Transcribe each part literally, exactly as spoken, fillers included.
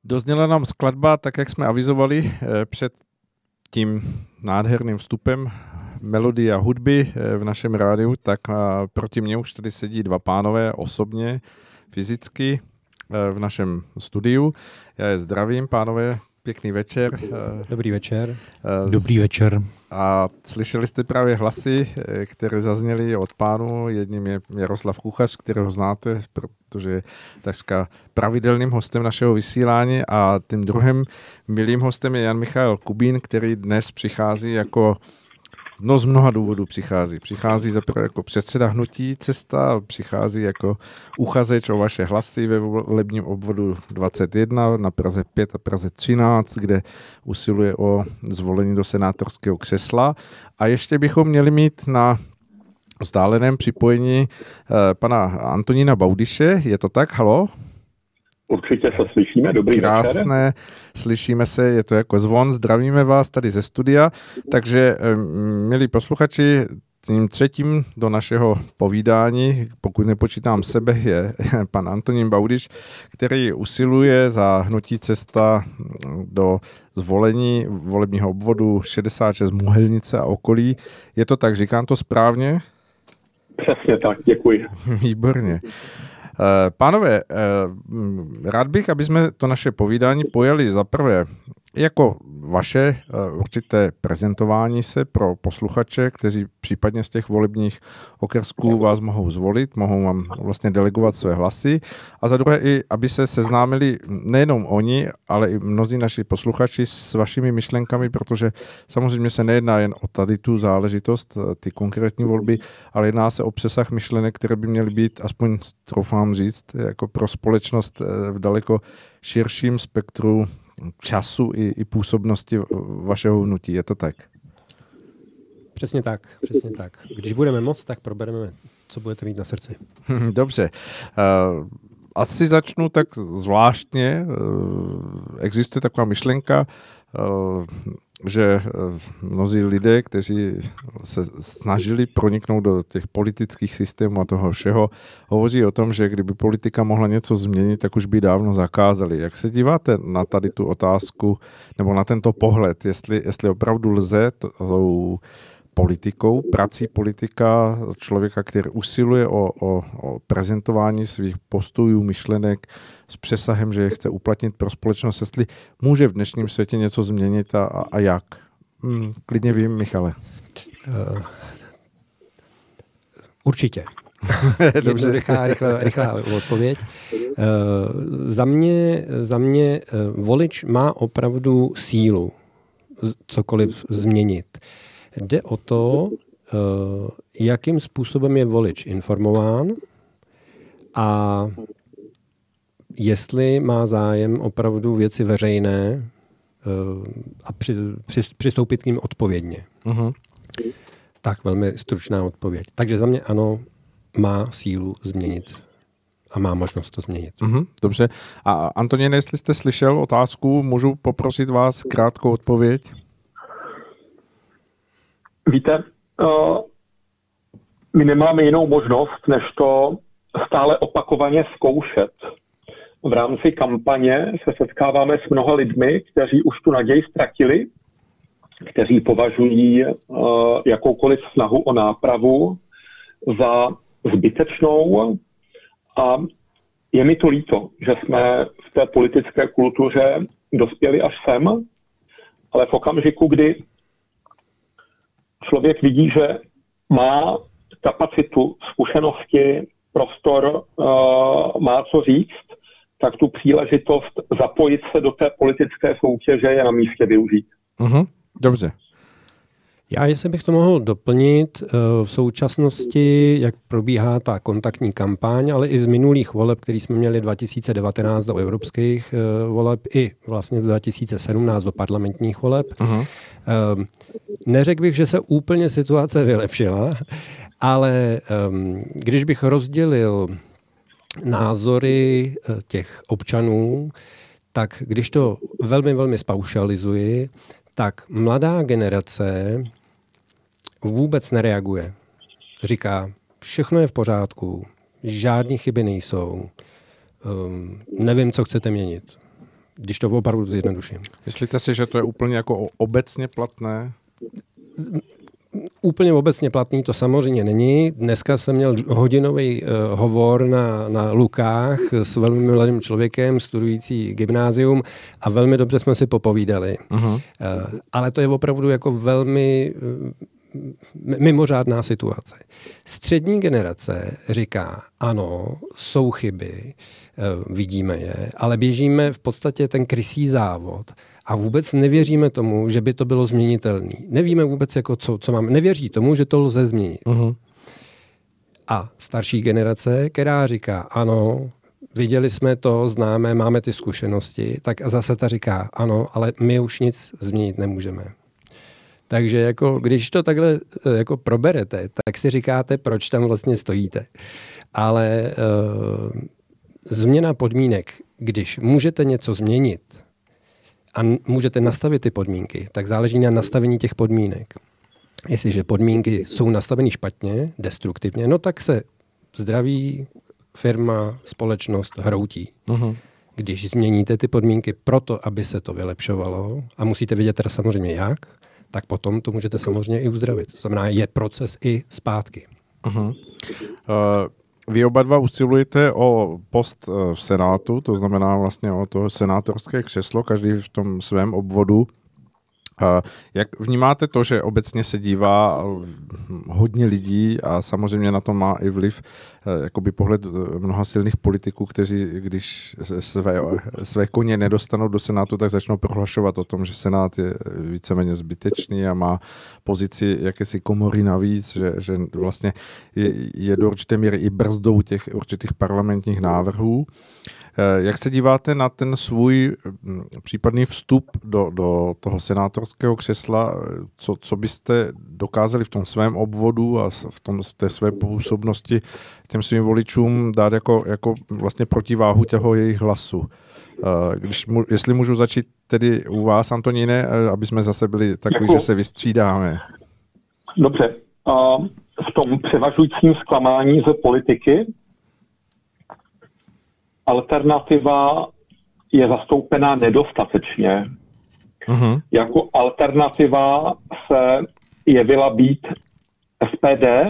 Dozněla nám skladba, tak jak jsme avizovali před tím nádherným vstupem melodie a hudby v našem rádiu, tak proti mně už tady sedí dva pánové osobně, fyzicky v našem studiu. Já je zdravím, pánové, pěkný večer. Dobrý večer. Dobrý večer. A slyšeli jste právě hlasy, které zazněly od pánů. Jedním je Jaroslav Kuchař, kterého znáte, protože je takřka pravidelným hostem našeho vysílání, a tím druhým milým hostem je Jan Michael Kubín, který dnes přichází jako, no z mnoha důvodů přichází. Přichází zaprvé jako předseda hnutí Cesta, přichází jako uchazeč o vaše hlasy ve volebním obvodu dvacet jedna na Praze pět a Praze třináct, kde usiluje o zvolení do senátorského křesla. A ještě bychom měli mít na vzdáleném připojení eh, pana Antonína Baudyše. Je to tak? Haló? Určitě se slyšíme, dobrý Krásné, večer. Krásné, slyšíme se, je to jako zvon, zdravíme vás tady ze studia. Takže, milí posluchači, tím třetím do našeho povídání, pokud nepočítám sebe, je pan Antonín Baudyš, který usiluje za hnutí Cesta do zvolení volebního obvodu šedesát šest Mohelnice a okolí. Je to tak, říkám to správně? Přesně tak, děkuji. Výborně. Pánové, rád bych, aby jsme to naše povídání pojali zaprvé jako vaše určité prezentování se pro posluchače, kteří případně z těch volebních okrsků vás mohou zvolit, mohou vám vlastně delegovat své hlasy, a za druhé i, aby se seznámili nejenom oni, ale i mnozí naši posluchači s vašimi myšlenkami, protože samozřejmě se nejedná jen o tady tu záležitost, ty konkrétní volby, ale jedná se o přesah myšlenek, které by měly být, aspoň troufám říct, jako pro společnost v daleko širším spektru času i, i působnosti vašeho hnutí. Je to tak? Přesně tak, přesně tak. Když budeme moc, tak probereme, co budete mít na srdci. Dobře. Uh, asi začnu tak zvláštně. Uh, existuje taková myšlenka, uh, že mnozí lidé, kteří se snažili proniknout do těch politických systémů a toho všeho, hovoří o tom, že kdyby politika mohla něco změnit, tak už by dávno zakázali. Jak se díváte na tady tu otázku, nebo na tento pohled, jestli, jestli opravdu lze tou politikou, prací politika, člověka, který usiluje o, o, o prezentování svých postojů, myšlenek s přesahem, že je chce uplatnit pro společnost, jestli může v dnešním světě něco změnit a, a, a jak? Hmm, klidně vím, Michale. Uh, určitě. Dobře, rychlá, rychlá, rychlá odpověď. Uh, za mě, za mě uh, volič má opravdu sílu cokoliv změnit. Jde o to, jakým způsobem je volič informován a jestli má zájem opravdu věci veřejné a při, při, přistoupit k ním odpovědně. Uh-huh. Tak velmi stručná odpověď. Takže za mě ano, má sílu změnit a má možnost to změnit. Uh-huh, dobře. A Antoníne, jestli jste slyšel otázku, můžu poprosit vás krátkou odpověď? Víte, uh, my nemáme jinou možnost, než to stále opakovaně zkoušet. V rámci kampaně se setkáváme s mnoha lidmi, kteří už tu naději ztratili, kteří považují uh, jakoukoliv snahu o nápravu za zbytečnou, a je mi to líto, že jsme v té politické kultuře dospěli až sem, ale v okamžiku, kdy člověk vidí, že má kapacitu, zkušenosti, prostor, uh, má co říct, tak tu příležitost zapojit se do té politické soutěže je na místě využít. Uh-huh. Dobře. Já, jestli bych to mohl doplnit, v současnosti, jak probíhá ta kontaktní kampaň, ale i z minulých voleb, které jsme měli dva tisíce devatenáct do evropských voleb, i vlastně dva tisíce sedmnáct do parlamentních voleb. Uh-huh. Neřekl bych, že se úplně situace vylepšila, ale když bych rozdělil názory těch občanů, tak když to velmi, velmi spaušalizuji, tak mladá generace vůbec nereaguje. Říká, všechno je v pořádku, žádný chyby nejsou, um, nevím, co chcete měnit. když to opravdu zjednoduším. Myslíte si, že to je úplně jako obecně platné? Úplně obecně platný to samozřejmě není. Dneska jsem měl hodinový uh, hovor na, na Lukách s velmi mladým člověkem, studující gymnázium a velmi dobře jsme si popovídali. Uh-huh. Uh, ale to je opravdu jako velmi uh, mimořádná situace. Střední generace říká, ano, jsou chyby, uh, vidíme je, ale běžíme v podstatě ten krysí závod. A vůbec nevěříme tomu, že by to bylo změnitelné. Nevíme vůbec, jako co, co máme. Nevěří tomu, že to lze změnit. Uh-huh. A starší generace, která říká, ano, viděli jsme to, známe, máme ty zkušenosti, tak zase ta říká, ano, ale my už nic změnit nemůžeme. Takže jako, když to takhle jako proberete, tak si říkáte, proč tam vlastně stojíte. Ale uh, změna podmínek, když můžete něco změnit, a můžete nastavit ty podmínky, tak záleží na nastavení těch podmínek. Jestliže podmínky jsou nastaveny špatně, destruktivně, no tak se zdraví, firma, společnost hroutí. Uh-huh. Když změníte ty podmínky proto, aby se to vylepšovalo, a musíte vědět teda samozřejmě jak, tak potom to můžete samozřejmě i uzdravit. To znamená, je proces i zpátky. Uh-huh. Uh... Vy oba dva usilujete o post v Senátu, to znamená vlastně o to senátorské křeslo, každý v tom svém obvodu. Jak vnímáte to, že obecně se dívá hodně lidí a samozřejmě na to má i vliv jakoby pohled mnoha silných politiků, kteří, když své, své koně nedostanou do Senátu, tak začnou prohlašovat o tom, že Senát je víceméně zbytečný a má pozici jakési komory navíc, že, že vlastně je, je do určité míry i brzdou těch určitých parlamentních návrhů. Jak se díváte na ten svůj případný vstup do, do toho senátorského křesla? Co, co byste dokázali v tom svém obvodu a v, tom, v té své působnosti těm svým voličům dát jako, jako vlastně protiváhu těho jejich hlasu? Když, jestli můžu začít tedy u vás, Antoníne, aby jsme zase byli takový, že se vystřídáme. Dobře. V tom převažujícím zklamání ze politiky alternativa je zastoupená nedostatečně. Uh-huh. Jako alternativa se jevila být S P D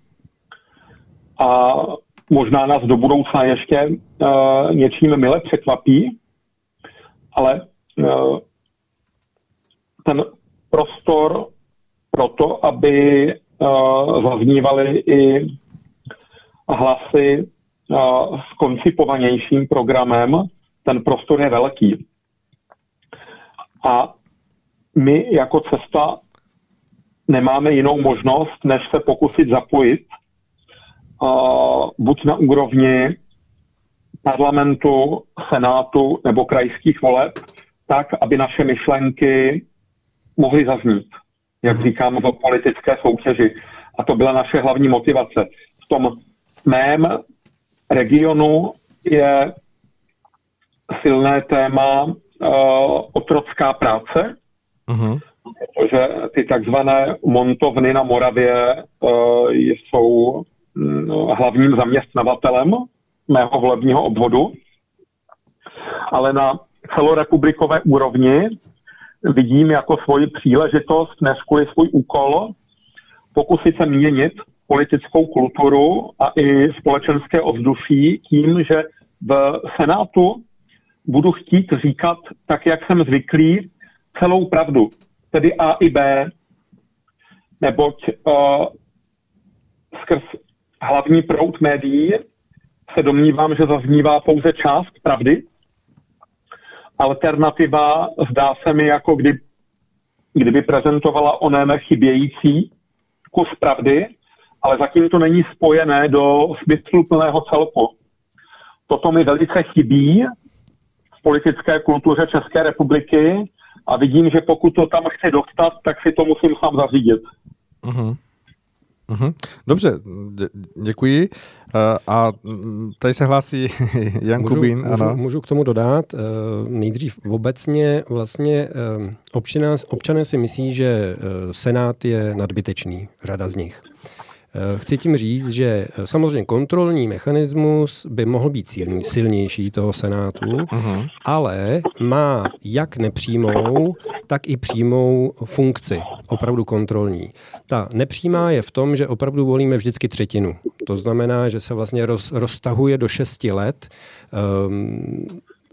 a možná nás do budoucna ještě uh, něčím mile překvapí, ale uh, ten prostor pro to, aby uh, zaznívaly i hlasy s koncipovanějším programem, ten prostor je velký. A my jako cesta nemáme jinou možnost, než se pokusit zapojit uh, buď na úrovni parlamentu, senátu nebo krajských voleb, tak, aby naše myšlenky mohly zaznít, jak říkám, v politické soutěži. A to byla naše hlavní motivace. V tom mém regionu je silné téma uh, otrocká práce, uh-huh. protože ty takzvané montovny na Moravě uh, jsou uh, hlavním zaměstnavatelem mého volebního obvodu, ale na celorepublikové úrovni vidím jako svoji příležitost, než kvůli svůj úkol, pokusit se měnit politickou kulturu a i společenské ovzduší tím, že v Senátu budu chtít říkat, tak jak jsem zvyklý, celou pravdu, tedy A i B, neboť uh, skrz hlavní proud médií se domnívám, že zaznívá pouze část pravdy. Alternativa zdá se mi, jako kdy, kdyby prezentovala onen chybějící kus pravdy, ale zatím to není spojené do smysluplného celku. Toto mi velice chybí v politické kultuře České republiky a vidím, že pokud to tam chci dostat, tak si to musím sám zařídit. Uh-huh. Uh-huh. Dobře, dě- děkuji. Uh, a tady se hlásí Jan můžu, Kubín. Můžu, ano. můžu k tomu dodat. Uh, nejdřív obecně vlastně uh, občané, občané si myslí, že uh, Senát je nadbytečný, řada z nich. Chci tím říct, že samozřejmě kontrolní mechanismus by mohl být silnější toho Senátu, uh-huh. ale má jak nepřímou, tak i přímou funkci, opravdu kontrolní. Ta nepřímá je v tom, že opravdu volíme vždycky třetinu. To znamená, že se vlastně roz, roztahuje do šesti let um,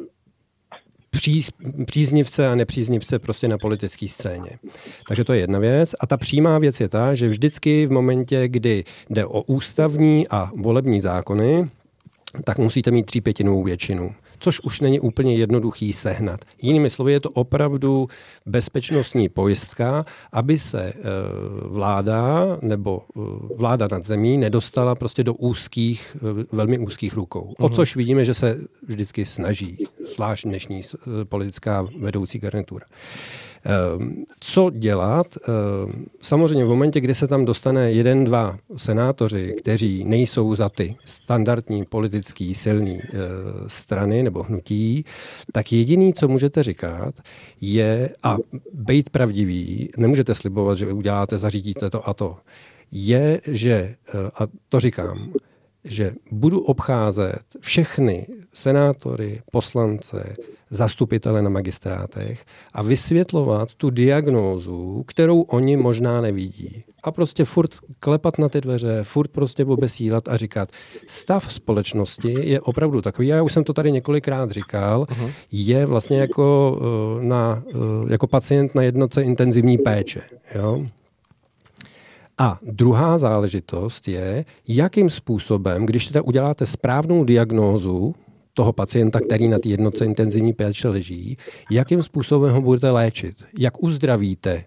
Pří, příznivce a nepříznivce prostě na politické scéně. Takže to je jedna věc. A ta přímá věc je ta, že vždycky v momentě, kdy jde o ústavní a volební zákony, tak musíte mít třípětinovou většinu, což už není úplně jednoduchý sehnat. Jinými slovy, je to opravdu bezpečnostní pojistka, aby se vláda nebo vláda nad zemí nedostala prostě do úzkých, velmi úzkých rukou. O což vidíme, že se vždycky snaží, zvlášť dnešní politická vedoucí garnitura. Co dělat? Samozřejmě v momentě, kdy se tam dostane jeden, dva senátoři, kteří nejsou za ty standardní politický silný strany nebo hnutí, tak jediný, co můžete říkat, je, a být pravdivý, nemůžete slibovat, že uděláte, zařídíte to a to, je, že, a to říkám, že budu obcházet všechny senátory, poslance, zastupitele na magistrátech a vysvětlovat tu diagnózu, kterou oni možná nevidí. A prostě furt klepat na ty dveře, furt prostě obesílat a říkat, stav společnosti je opravdu takový, já už jsem to tady několikrát říkal, uh-huh. je vlastně jako, na, jako pacient na jednotce intenzivní péče. Jo? A druhá záležitost je, jakým způsobem, když teda uděláte správnou diagnózu toho pacienta, který na té jednotce intenzivní péče leží, jakým způsobem ho budete léčit, jak uzdravíte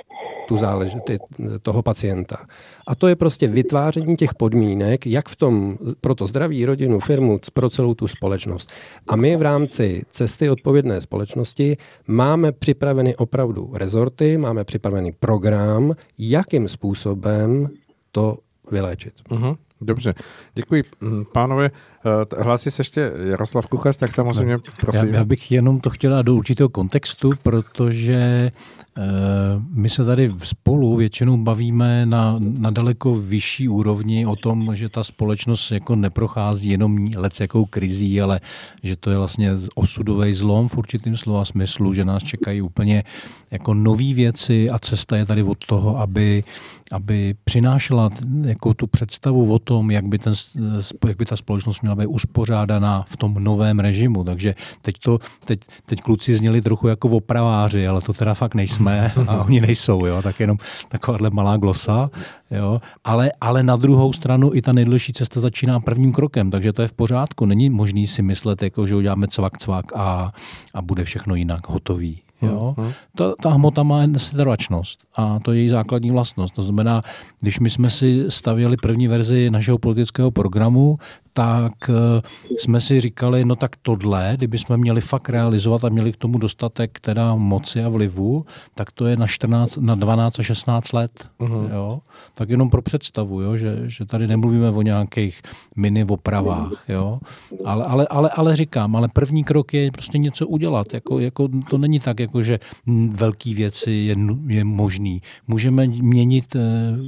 tu zálež- ty, toho pacienta. A to je prostě vytváření těch podmínek, jak v tom pro to zdraví, rodinu, firmu, pro celou tu společnost. A my v rámci cesty odpovědné společnosti máme připraveny opravdu rezorty, máme připravený program, jakým způsobem to vyléčit. Uh-huh. Dobře, děkuji. Pánové, hlásí se ještě Jaroslav Kuchař, tak samozřejmě prosím. Já, já bych jenom to chtěla do určitého kontextu, protože uh, my se tady spolu většinou bavíme na, na daleko vyšší úrovni o tom, že ta společnost jako neprochází jenom lecjakou krizí, ale že to je vlastně osudový zlom v určitém slova smyslu, že nás čekají úplně jako nový věci a cesta je tady od toho, aby, aby přinášela jako tu představu o tom, jak by, ten, jak by ta společnost měla být uspořádaná v tom novém režimu. Takže teď, to, teď, teď kluci zněli trochu jako opraváři, ale to teda fakt nejsme a oni nejsou. Jo? Tak jenom takováhle malá glosa. Jo? Ale, ale na druhou stranu i ta nejdelší cesta začíná prvním krokem, takže to je v pořádku. Není možný si myslet, jako, že uděláme cvak, cvak a, a bude všechno jinak, hotový. Jo? Hmm. Ta, ta hmota má setrvačnost a to je její základní vlastnost. To znamená, když my jsme si stavěli první verzi našeho politického programu, tak jsme si říkali, no tak tohle, kdyby jsme měli fakt realizovat a měli k tomu dostatek teda moci a vlivu, tak to je na, čtrnáct, na dvanáct a šestnáct let. Uh-huh. Jo? Tak jenom pro představu, jo? Že, že tady nemluvíme o nějakých mini opravách. Jo? Ale, ale, ale, ale říkám, ale první krok je prostě něco udělat. Jako, jako, to není tak, jako, že velký věci je, je možný. Můžeme měnit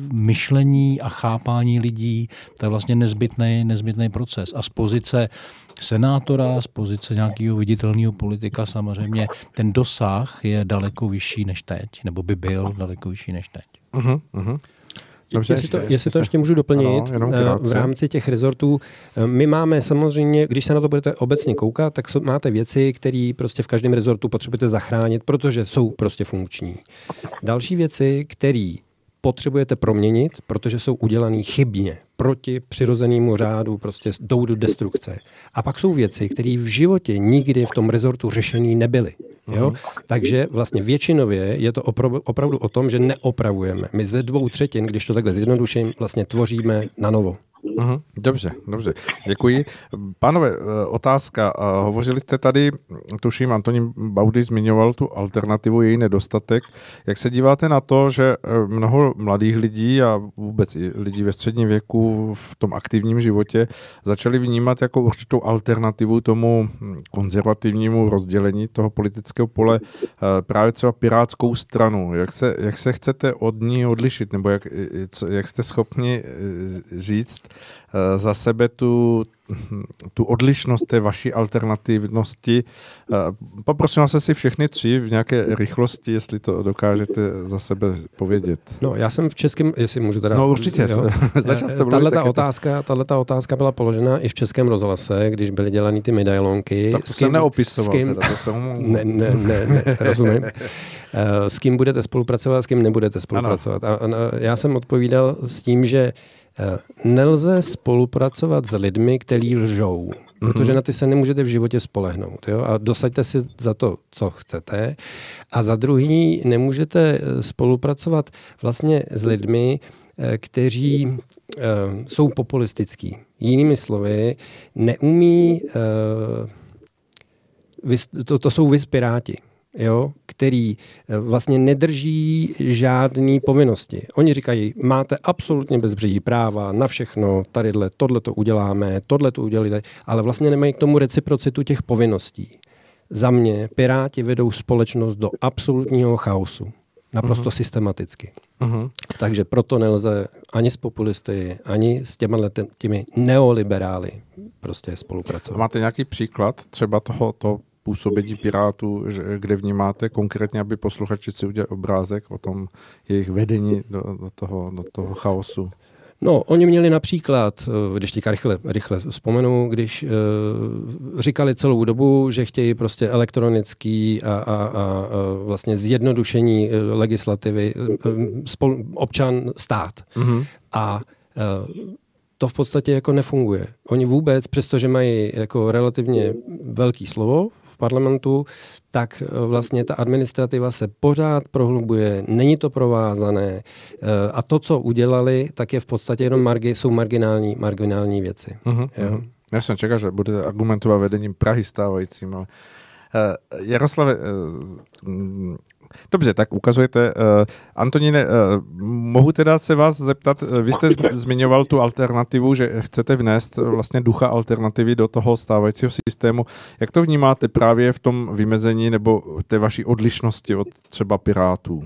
myšlení a chápání lidí, to je vlastně nezbytný, nezbytný proces. A z pozice senátora, z pozice nějakého viditelného politika samozřejmě ten dosah je daleko vyšší než teď, nebo by byl daleko vyšší než teď. Uh-huh, uh-huh. Dobře, jestli to, jestli to ještě můžu doplnit, ano, v rámci těch rezortů, my máme samozřejmě, když se na to budete obecně koukat, tak máte věci, které prostě v každém rezortu potřebujete zachránit, protože jsou prostě funkční. Další věci, které potřebujete proměnit, protože jsou udělané chybně, proti přirozenému řádu, prostě jdou do destrukce. A pak jsou věci, které v životě nikdy v tom rezortu řešený nebyly. Jo? Takže vlastně většinově je to opravdu, opravdu o tom, že neopravujeme. My ze dvou třetin, když to takhle zjednoduším, vlastně tvoříme na novo. Uhum, dobře, dobře. Děkuji. Pánové, otázka. Hovořili jste tady, tuším, Antonín Baudy zmiňoval tu alternativu, její nedostatek. Jak se díváte na to, že mnoho mladých lidí a vůbec i lidí ve středním věku v tom aktivním životě začali vnímat jako určitou alternativu tomu konzervativnímu rozdělení toho politického pole právě třeba Pirátskou stranu. Jak se, jak se chcete od ní odlišit, nebo jak, jak jste schopni říct za sebe tu, tu odlišnost té vaší alternativnosti. Poprosím vás si všechny tři v nějaké rychlosti, jestli to dokážete za sebe povědět. No, já jsem v českém, jestli můžu teda... No určitě. Tato otázka, tato otázka byla položena i v Českém rozhlase, když byly dělaný ty medailonky. To jsem neopisoval. Kým, teda, to jsem... ne, ne, ne, ne, rozumím. S kým budete spolupracovat, s kým nebudete spolupracovat. A, a já jsem odpovídal s tím, že nelze spolupracovat s lidmi, kteří lžou, protože na ty se nemůžete v životě spolehnout. Jo? A dosaďte si za to, co chcete. A za druhý nemůžete spolupracovat vlastně s lidmi, kteří uh, jsou populistický. Jinými slovy, neumí, uh, vys, to, to jsou vyspiráti. Jo, který vlastně nedrží žádný povinnosti. Oni říkají, máte absolutně bezbřehý práva na všechno, tadyhle, tohle to uděláme, tohle to udělíte, ale vlastně nemají k tomu reciprocitu těch povinností. Za mě Piráti vedou společnost do absolutního chaosu. Naprosto uh-huh. systematicky. Uh-huh. Takže proto nelze ani s populisty, ani s těmi, těmi neoliberály prostě spolupracovat. Máte nějaký příklad třeba toho, toho působení Pirátů, kde vnímáte konkrétně, aby posluchači si udělali obrázek o tom jejich vedení do, do, toho, do toho chaosu? No, oni měli například, když teďka rychle, rychle vzpomenu, když uh, říkali celou dobu, že chtějí prostě elektronický a, a, a vlastně zjednodušení legislativy spol, občan stát. Mm-hmm. A uh, to v podstatě jako nefunguje. Oni vůbec, přestože mají jako relativně velký slovo v parlamentu, tak vlastně ta administrativa se pořád prohlubuje, není to provázané a to, co udělali, tak je v podstatě jenom margi, jsou marginální, marginální věci. Uh-huh, jo? Já jsem čekal, že budete argumentovat vedením Prahy stávajícím, ale uh, Jaroslave, uh, dobře, tak ukazujete. Uh, Antoníne, uh, mohu teda se vás zeptat, uh, vy jste zmiňoval tu alternativu, že chcete vnést vlastně ducha alternativy do toho stávajícího systému. Jak to vnímáte právě v tom vymezení nebo té vaší odlišnosti od třeba Pirátů?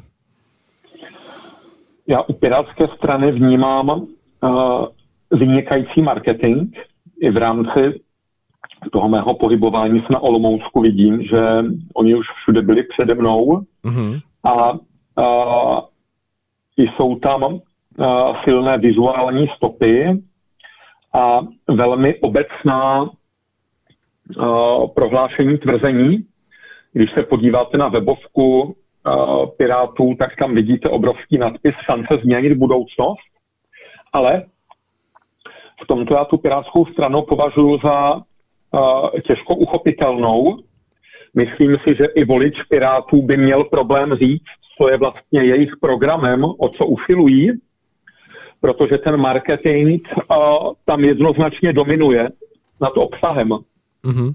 Já u Pirátské strany vnímám uh, vynikající marketing. I v rámci toho mého pohybování se na Olomoucku vidím, že oni už všude byli přede mnou mm-hmm. a, a jsou tam a, silné vizuální stopy a velmi obecná a, prohlášení tvrzení. Když se podíváte na webovku a, Pirátů, tak tam vidíte obrovský nadpis Šance změnit budoucnost, ale v tomto já tu Pirátskou stranu považuji za Uh, těžko uchopitelnou. Myslím si, že i volič Pirátů by měl problém říct, co je vlastně jejich programem, o co usilují, protože ten marketing uh, tam jednoznačně dominuje nad obsahem. Mm-hmm.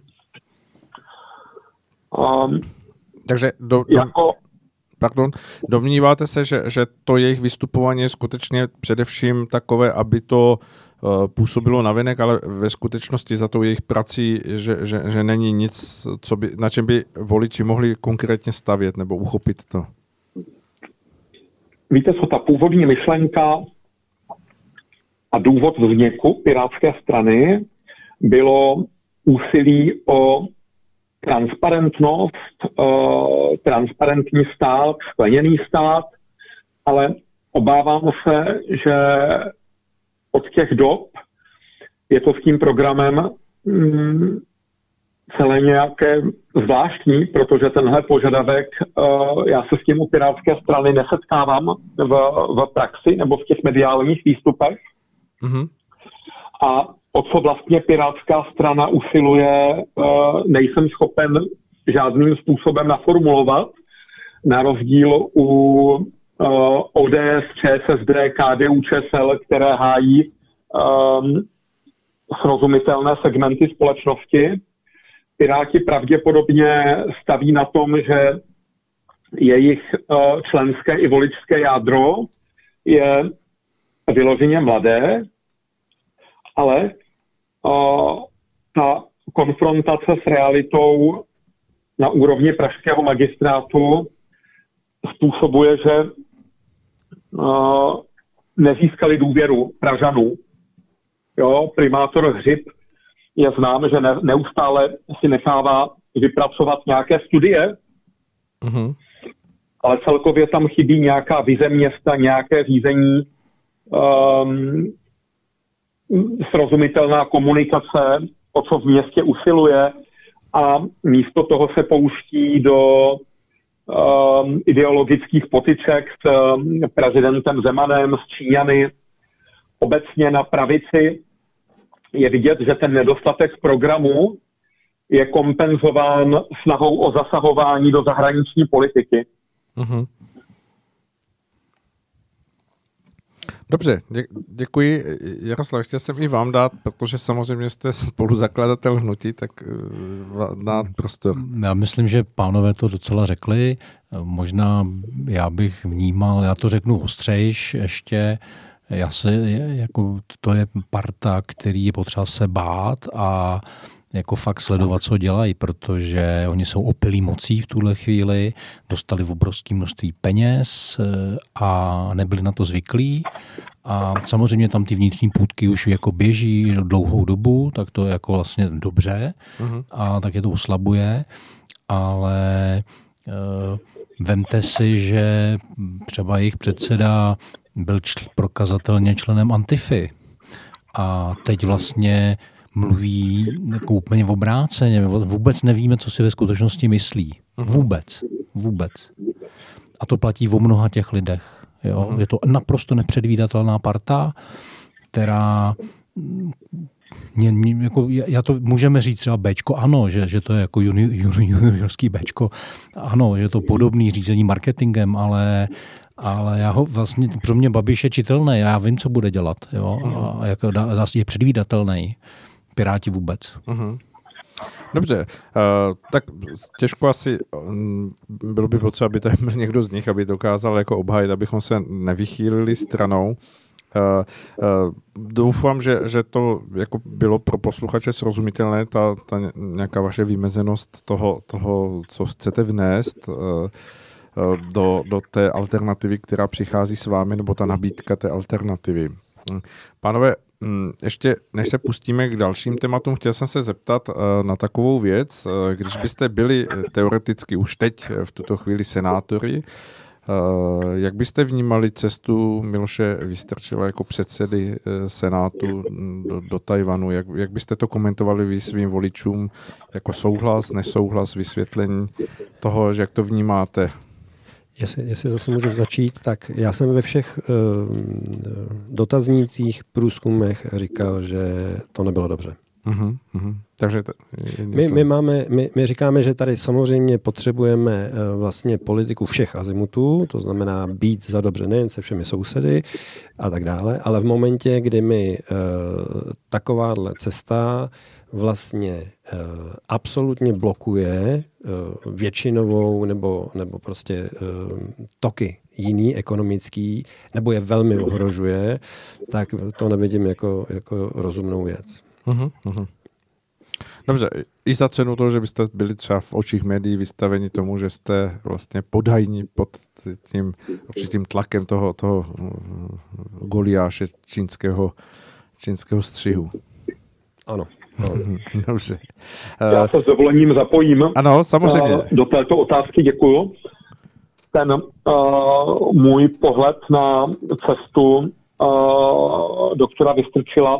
Um, Takže do, do, jako, pardon, domníváte se, že, že to jejich vystupování je skutečně především takové, aby to působilo navenek, ale ve skutečnosti za tou jejich prací, že, že, že není nic, co by, na čem by voliči mohli konkrétně stavět nebo uchopit to? Víte co, ta původní myšlenka a důvod vzniku Pirátské strany bylo úsilí o transparentnost, uh, transparentní stát, skleněný stát, ale obávám se, že od těch dob je to s tím programem mm, celé nějaké zvláštní, protože tenhle požadavek, uh, já se s tím u Pirátské strany nesetkávám v, v praxi nebo v těch mediálních výstupech. Mm-hmm. A o co vlastně Pirátská strana usiluje, uh, nejsem schopen žádným způsobem naformulovat, na rozdíl u Uh, O D S, ČSSD, K D U Č S L, které hájí um, srozumitelné segmenty společnosti. Piráti pravděpodobně staví na tom, že jejich uh, členské i voličské jádro je vyloženě mladé, ale uh, ta konfrontace s realitou na úrovni pražského magistrátu způsobuje, že uh, nezískali důvěru Pražanů. Jo, primátor Hřib je znám, že ne, neustále si nechává vypracovat nějaké studie, mm-hmm. ale celkově tam chybí nějaká vize města, nějaké řízení, um, srozumitelná komunikace, o co v městě usiluje, a místo toho se pouští do um, ideologických potyček s um, prezidentem Zemanem, s Číňany. Obecně na pravici je vidět, že ten nedostatek programu je kompenzován snahou o zasahování do zahraniční politiky. Mm-hmm. Dobře, dě, děkuji. Jaroslav, chtěl jsem i vám dát, protože samozřejmě jste spoluzakladatel hnutí, tak dát prostor. Já myslím, že pánové to docela řekli. Možná já bych vnímal, já to řeknu ostřejš ještě, já se, jako to je parta, který je potřeba se bát a jako fakt sledovat, co dělají, protože oni jsou opilí mocí v tuhle chvíli, dostali v obrovské množství peněz a nebyli na to zvyklí. A samozřejmě tam ty vnitřní půtky už jako běží dlouhou dobu, tak to je jako vlastně dobře a tak je to oslabuje, ale uh, vemte si, že třeba jejich předseda byl čl- prokazatelně členem Antify a teď vlastně mluví jako úplně v obráceně. Vůbec nevíme, co si ve skutečnosti myslí. Vůbec. Vůbec. A to platí o mnoha těch lidech. Jo? Je to naprosto nepředvídatelná parta, která mě, mě, jako, já to můžeme říct třeba Bčko, ano, že, že to je jako juni, juni, juniorský Bčko, ano, že je to podobný řízení marketingem, ale ale já ho vlastně, pro mě Babiš je čitelný, já vím, co bude dělat. Jo? A jako je předvídatelný. Piráti vůbec. Uh-huh. Dobře, uh, tak těžko asi um, bylo by potřeba, aby tady byl někdo z nich, aby dokázal jako obhájit, abychom se nevychýlili stranou. Uh, uh, doufám, že, že to jako bylo pro posluchače srozumitelné, ta, ta nějaká vaše vymezenost toho, toho, co chcete vnést uh, do, do té alternativy, která přichází s vámi, nebo ta nabídka té alternativy. Pánové, ještě než se pustíme k dalším tématům, chtěl jsem se zeptat na takovou věc. Když byste byli teoreticky už teď v tuto chvíli senátory, jak byste vnímali cestu Miloše Vystrčila jako předsedy Senátu do, do Tajvanu? Jak, jak byste to komentovali vy svým voličům jako souhlas, nesouhlas, vysvětlení toho, že jak to vnímáte? Jestli, jestli zase můžu začít, tak já jsem ve všech uh, dotaznících, průzkumech říkal, že to nebylo dobře. Uh-huh, uh-huh. Takže to my, my, máme, my, my říkáme, že tady samozřejmě potřebujeme uh, vlastně politiku všech azimutů, to znamená být za dobře nejen se všemi sousedy a tak dále, ale v momentě, kdy mi uh, takováhle cesta vlastně uh, absolutně blokuje uh, většinovou nebo, nebo prostě uh, toky jiný ekonomický, nebo je velmi ohrožuje, tak to nevidím jako, jako rozumnou věc. Uh-huh, uh-huh. Dobře, i za cenu toho, že byste byli třeba v očích médií vystaveni tomu, že jste vlastně podhajní pod tím určitým tlakem toho, toho Goliáše čínského, čínského střihu. Ano. No. Dobře. Já se s dovolením zapojím. Ano, samozřejmě. Do této otázky děkuju. Ten uh, můj pohled na cestu uh, doktora Vystrčila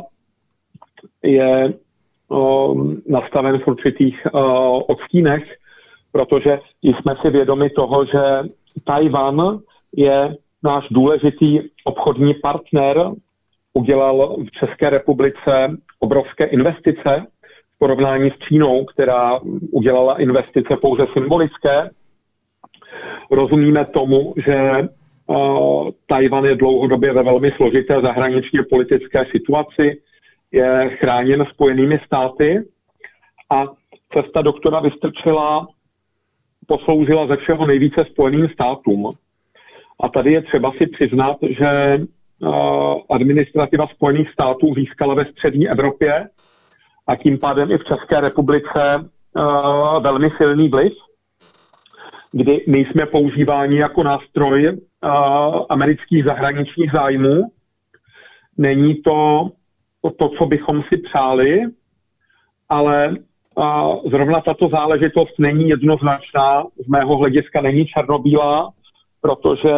je uh, nastaven v určitých uh, odstínech, protože jsme si vědomi toho, že Tajvan je náš důležitý obchodní partner, udělal v České republice obrovské investice v porovnání s Čínou, která udělala investice pouze symbolické. Rozumíme tomu, že Tajvan je dlouhodobě ve velmi složité zahraničně politické situaci, je chráněn Spojenými státy a cesta doktora Vystrčila posloužila ze všeho nejvíce Spojeným státům. A tady je třeba si přiznat, že administrativa Spojených států získala ve střední Evropě a tím pádem i v České republice velmi silný vliv, kdy my jsme používáni jako nástroj amerických zahraničních zájmů. Není to to, co bychom si přáli, ale zrovna tato záležitost není jednoznačná, z mého hlediska není černobílá, protože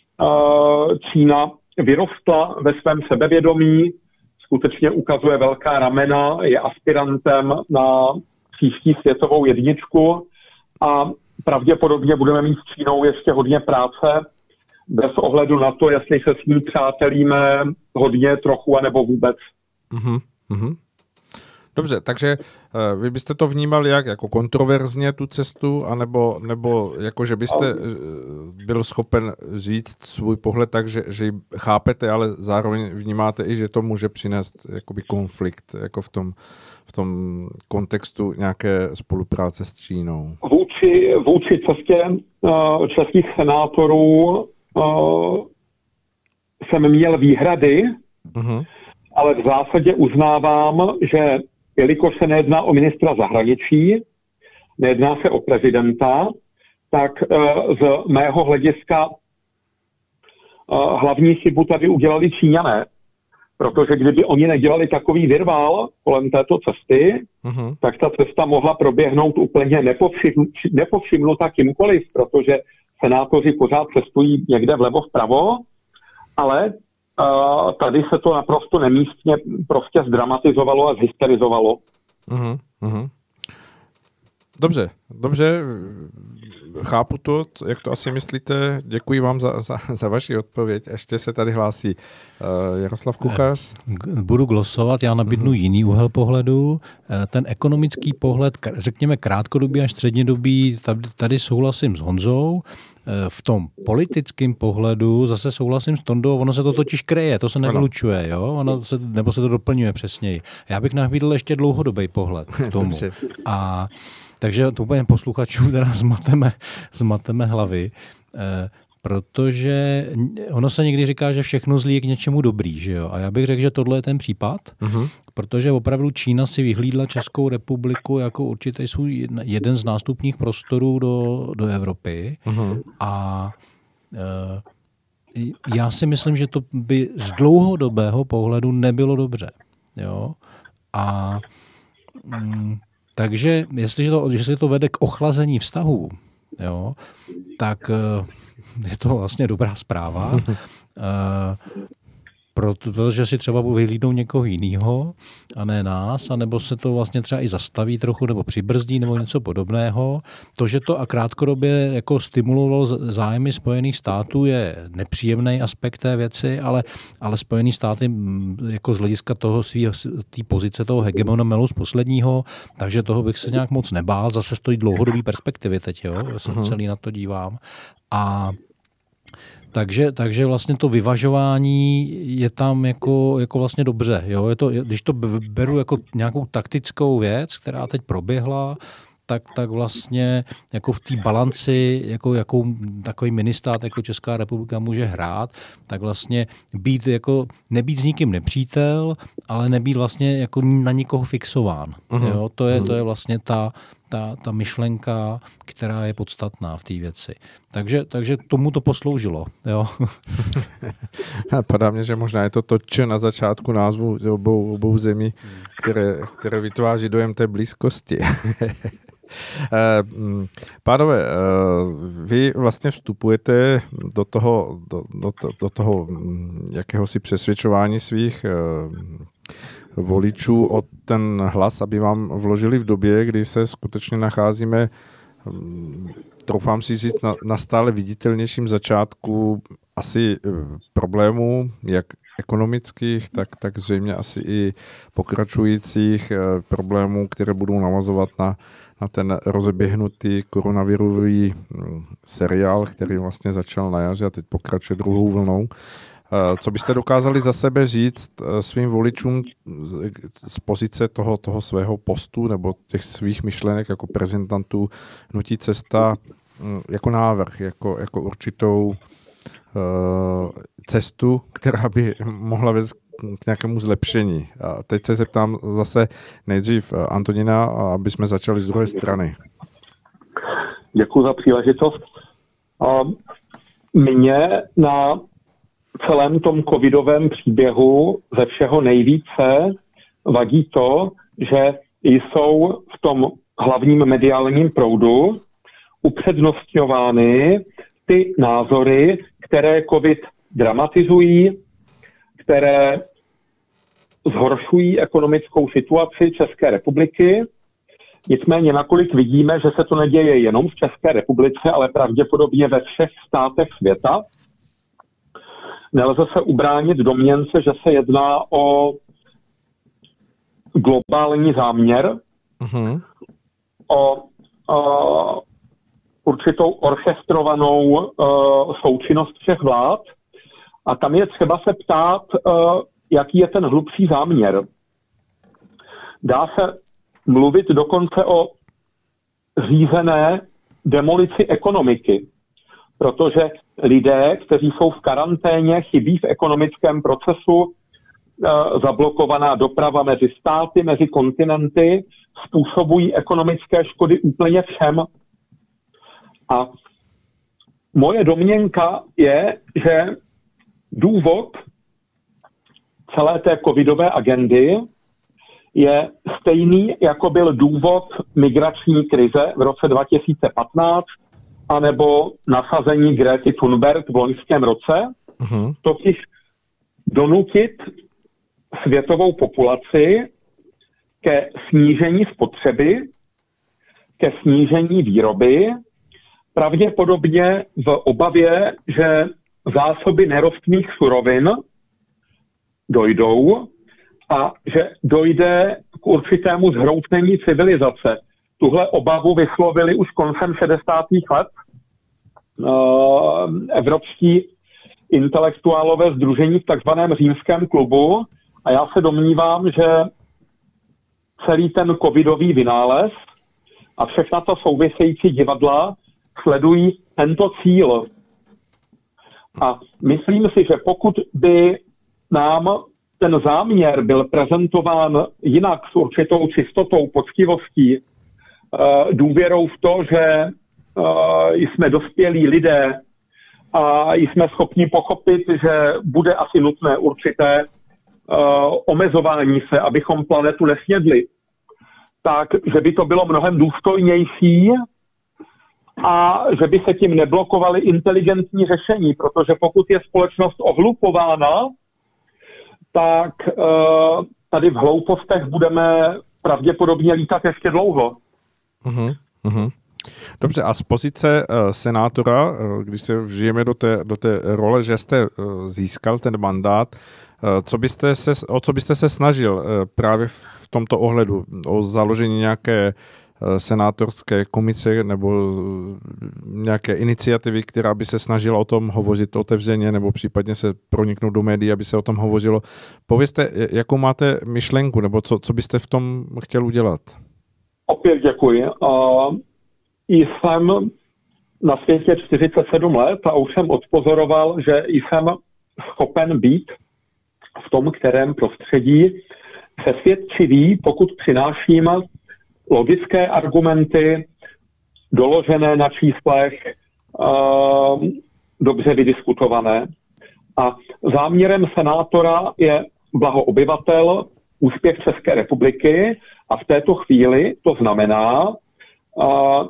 Čína vyrostla ve svém sebevědomí, skutečně ukazuje velká ramena, je aspirantem na příští světovou jedničku a pravděpodobně budeme mít s Čínou ještě hodně práce, bez ohledu na to, jestli se s ní přátelíme hodně, trochu, anebo vůbec. Uh-huh, uh-huh. Dobře, takže uh, vy byste to vnímali jak? Jako kontroverzně tu cestu, anebo nebo jako, že byste uh, byl schopen říct svůj pohled tak, že, že ji chápete, ale zároveň vnímáte i, že to může přinést jakoby konflikt jako v tom, v tom kontextu nějaké spolupráce s Čínou? Vůči, vůči cestě uh, českých senátorů uh, jsem měl výhrady, uh-huh. ale v zásadě uznávám, že jelikož se nejedná o ministra zahraničí, nejedná se o prezidenta, tak uh, z mého hlediska uh, hlavní chybu tady udělali Číňané. Protože kdyby oni nedělali takový virvál kolem této cesty, uh-huh. tak ta cesta mohla proběhnout úplně nepovšimn, nepovšimnuta kýmkoliv, protože senátoři pořád cestují někde vlevo vpravo, ale uh, tady se to naprosto nemístně prostě zdramatizovalo a zhysterizovalo. Uh-huh. Uh-huh. Dobře, dobře, chápu to, jak to asi myslíte. Děkuji vám za, za, za vaši odpověď. Ještě se tady hlásí uh, Jaroslav Kuchař. Budu glosovat, já nabídnu uh-huh. jiný úhel pohledu. Ten ekonomický pohled, řekněme krátkodobý až střednědobý, tady souhlasím s Honzou. V tom politickém pohledu zase souhlasím s Tondou, ono se to totiž kreje, to se nevylučuje, jo? Ono se, nebo se to doplňuje přesněji. Já bych nabídl ještě dlouhodobý pohled k tomu. A takže to úplně posluchačů teda zmateme, zmateme hlavy, eh, protože ono se někdy říká, že všechno zlí je k něčemu dobrý, že jo? A já bych řekl, že tohle je ten případ, uh-huh. protože opravdu Čína si vyhlídla Českou republiku jako určitý svůj jeden z nástupních prostorů do, do Evropy uh-huh. a eh, já si myslím, že to by z dlouhodobého pohledu nebylo dobře, jo? A mm, takže jestliže to, jestli to vede k ochlazení vztahů, jo, tak je to vlastně dobrá zpráva, protože si třeba vyhlídnou někoho jiného a ne nás, anebo se to vlastně třeba i zastaví trochu, nebo přibrzdí, nebo něco podobného. To, že to a krátkodobě jako stimulovalo zájmy Spojených států, je nepříjemný aspekt té věci, ale, ale Spojený státy jako z hlediska toho svého, té pozice toho hegemona melu z posledního, takže toho bych se nějak moc nebál. Zase stojí dlouhodobý perspektivy teď, jo, já se celý na to dívám. A Takže, takže vlastně to vyvažování je tam jako, jako vlastně dobře. Jo? Je to, když to beru jako nějakou taktickou věc, která teď proběhla, tak, tak vlastně jako v té balanci, jako, jakou takový ministát jako Česká republika může hrát, tak vlastně být jako, nebýt s nikým nepřítel, ale nebýt vlastně jako na nikoho fixován. Uh-huh. Jo? To, je, to je vlastně ta, ta, ta myšlenka, která je podstatná v té věci. Takže, takže tomu to posloužilo. Jo? Padá mně, že možná je to to č na začátku názvu obou, obou zemí, které, které vytváří dojem té blízkosti. Pánové, vy vlastně vstupujete do toho, do, do, do toho jakéhosi přesvědčování svých voličů o ten hlas, aby vám vložili v době, kdy se skutečně nacházíme, troufám si říct, na, na stále viditelnějším začátku asi problémů, jak ekonomických, tak, tak zřejmě asi i pokračujících problémů, které budou navazovat na, na ten rozeběhnutý koronavirový seriál, který vlastně začal na jaře a teď pokračuje druhou vlnou. Co byste dokázali za sebe říct svým voličům z pozice toho, toho svého postu nebo těch svých myšlenek jako prezentantů Hnutí Cesta jako návrh, jako, jako určitou uh, cestu, která by mohla vést k nějakému zlepšení. A teď se zeptám zase nejdřív Antonína, aby jsme začali z druhé strany. Děkuji za příležitost. Mně na celém tom covidovém příběhu ze všeho nejvíce vadí to, že jsou v tom hlavním mediálním proudu upřednostňovány ty názory, které covid dramatizují, které zhoršují ekonomickou situaci České republiky. Nicméně nakolik vidíme, že se to neděje jenom v České republice, ale pravděpodobně ve všech státech světa, nelze se ubránit domněnce, že se jedná o globální záměr, uh-huh. o, o určitou orchestrovanou uh, součinnost všech vlád. A tam je třeba se ptát, uh, jaký je ten hlubší záměr. Dá se mluvit dokonce o řízené demolici ekonomiky, protože lidé, kteří jsou v karanténě, chybí v ekonomickém procesu, uh, zablokovaná doprava mezi státy, mezi kontinenty, způsobují ekonomické škody úplně všem. A moje domněnka je, že důvod celé té covidové agendy je stejný, jako byl důvod migrační krize v roce dva tisíce patnáct anebo nasazení Grety Thunberg v loňském roce, uh-huh. totiž donutit světovou populaci ke snížení spotřeby, ke snížení výroby, pravděpodobně v obavě, že zásoby nerostných surovin dojdou a že dojde k určitému zhroutnění civilizace. Tuhle obavu vyslovili už koncem šedesátých let uh, evropští intelektuálové sdružení v takzvaném Římském klubu a já se domnívám, že celý ten covidový vynález a všechna to související divadla sledují tento cíl. A myslím si, že pokud by nám ten záměr byl prezentován jinak s určitou čistotou, poctivostí, důvěrou v to, že jsme dospělí lidé a jsme schopni pochopit, že bude asi nutné určité omezování se, abychom planetu nesnědli, tak že by to bylo mnohem důstojnější a že by se tím neblokovaly inteligentní řešení, protože pokud je společnost ohlupována, tak uh, tady v hloupostech budeme pravděpodobně lítat ještě dlouho. Uh-huh, uh-huh. Dobře, a z pozice uh, senátora, uh, když se vžijeme do té, do té role, že jste uh, získal ten mandát, uh, co byste se, o co byste se snažil uh, právě v tomto ohledu? O založení nějaké senátorské komise nebo nějaké iniciativy, která by se snažila o tom hovořit otevřeně nebo případně se proniknout do médií, aby se o tom hovořilo. Povězte, jakou máte myšlenku nebo co, co byste v tom chtěl udělat? Opět děkuji. Uh, jsem na světě čtyřicet sedm let a už jsem odpozoroval, že jsem schopen být v tom, kterém prostředí přesvědčivý, pokud přináším logické argumenty, doložené na číslech, uh, dobře vydiskutované. A záměrem senátora je blaho obyvatel, úspěch České republiky a v této chvíli to znamená uh,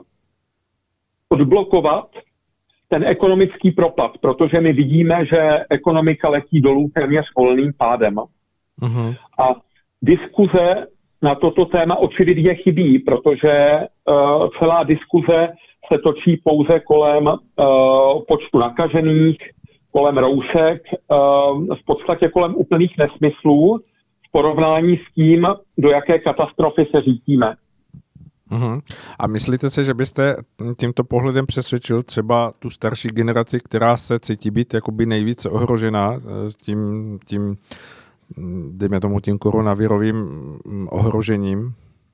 odblokovat ten ekonomický propad, protože my vidíme, že ekonomika letí dolů téměř volným pádem. Uh-huh. A diskuze na toto téma očividně chybí, protože uh, celá diskuze se točí pouze kolem uh, počtu nakažených, kolem roušek, uh, v podstatě kolem úplných nesmyslů v porovnání s tím, do jaké katastrofy se řítíme. Uhum. A myslíte si, že byste tímto pohledem přesvědčil třeba tu starší generaci, která se cítí být jakoby nejvíce ohrožená tím, tím dejme tomu tím koronavirovým ohrožením?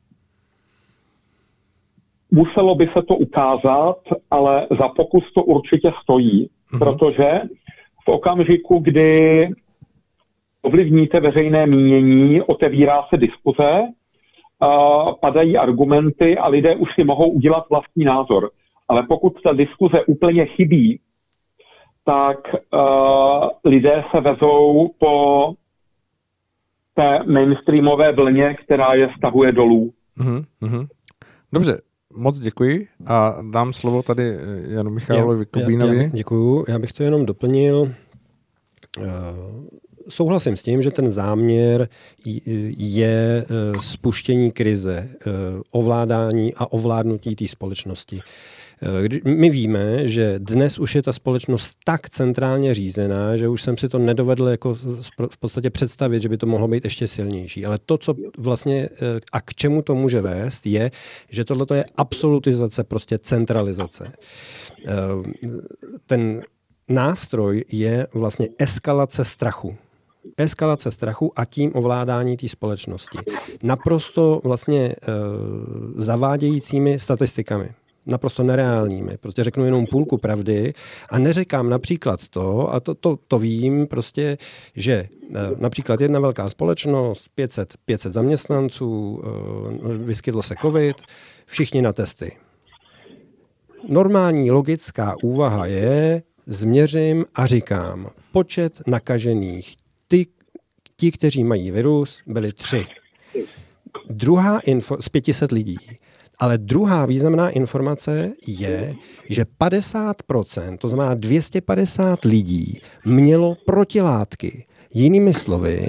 Muselo by se to ukázat, ale za pokus to určitě stojí, uhum. protože v okamžiku, kdy ovlivníte veřejné mínění, otevírá se diskuze, Uh, padají argumenty a lidé už si mohou udělat vlastní názor. Ale pokud ta diskuze úplně chybí, tak uh, lidé se vezou po té mainstreamové vlně, která je stahuje dolů. Uh-huh, uh-huh. Dobře, moc děkuji a dám slovo tady Janu Michalovi Kubínovi. Já, já, děkuju, já bych to jenom doplnil. Uh, Souhlasím s tím, že ten záměr je spuštění krize, ovládání a ovládnutí té společnosti. My víme, že dnes už je ta společnost tak centrálně řízená, že už jsem si to nedovedl jako v podstatě představit, že by to mohlo být ještě silnější. Ale to, co vlastně a k čemu to může vést, je, že tohle je absolutizace, prostě centralizace. Ten nástroj je vlastně eskalace strachu. Eskalace strachu a tím ovládání té společnosti. Naprosto vlastně e, zavádějícími statistikami. Naprosto nereálními. Prostě řeknu jenom půlku pravdy a neříkám například to, a to, to, to vím prostě, že e, například jedna velká společnost, pět set, pět set zaměstnanců, e, vyskytl se covid, všichni na testy. Normální logická úvaha je, změřím a říkám, počet nakažených, ty, ti, kteří mají virus, byli tři. Druhá info, z pěti set lidí. Ale druhá významná informace je, že padesát procent, to znamená dvě stě padesát lidí, mělo protilátky. Jinými slovy,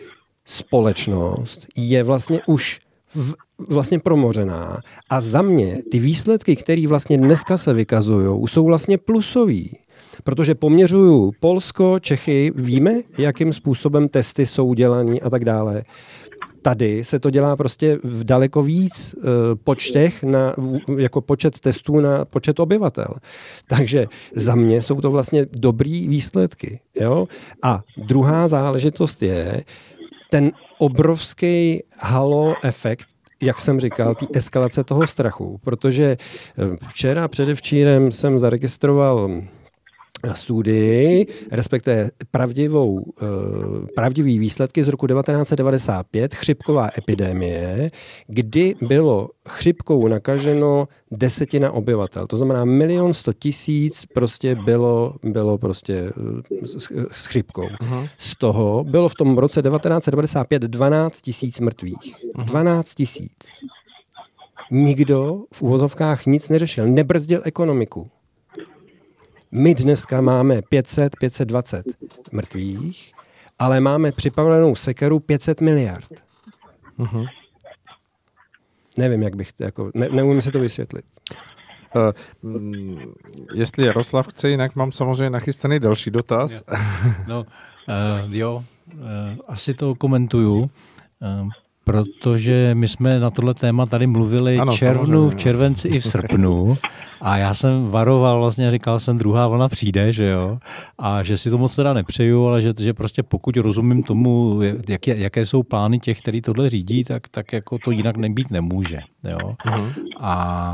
společnost je vlastně už v, vlastně promořená a za mě ty výsledky, které vlastně dneska se vykazují, jsou vlastně plusový. Protože poměřuju Polsko, Čechy, víme, jakým způsobem testy jsou dělaný a tak dále. Tady se to dělá prostě v daleko víc e, počtech na, jako počet testů na počet obyvatel. Takže za mě jsou to vlastně dobrý výsledky. Jo? A druhá záležitost je ten obrovský halo efekt, jak jsem říkal, té eskalace toho strachu. Protože včera, předevčírem jsem zaregistroval studii, respektive pravdivou, pravdivý výsledky z roku devatenáct set devadesát pět, chřipková epidemie, kdy bylo chřipkou nakaženo desetina obyvatel. To znamená milion sto tisíc prostě bylo, bylo prostě s, s chřipkou. Aha. Z toho bylo v tom roce devatenáct set devadesát pět dvanáct tisíc mrtvých. Aha. dvanáct tisíc. Nikdo v uvozovkách nic neřešil, nebrzdil ekonomiku. My dneska máme pět set, pět set dvacet mrtvých, ale máme připravenou sekeru pět set miliard. Uh-huh. Nevím, jak bych, jako, ne, neumím si to vysvětlit. Uh, jestli Jaroslav chce, jinak mám samozřejmě nachystaný další dotaz. No, uh, jo, uh, asi to komentuju. Uh, Protože my jsme na tohle téma tady mluvili ano, červnu, samozřejmě. V červenci i v srpnu a já jsem varoval, vlastně říkal jsem, druhá vlna přijde, že jo, a že si to moc teda nepřeju, ale že, že prostě pokud rozumím tomu, jak je, jaké jsou plány těch, kteří tohle řídí, tak, tak jako to jinak nebýt nemůže, jo. Uh-huh. A,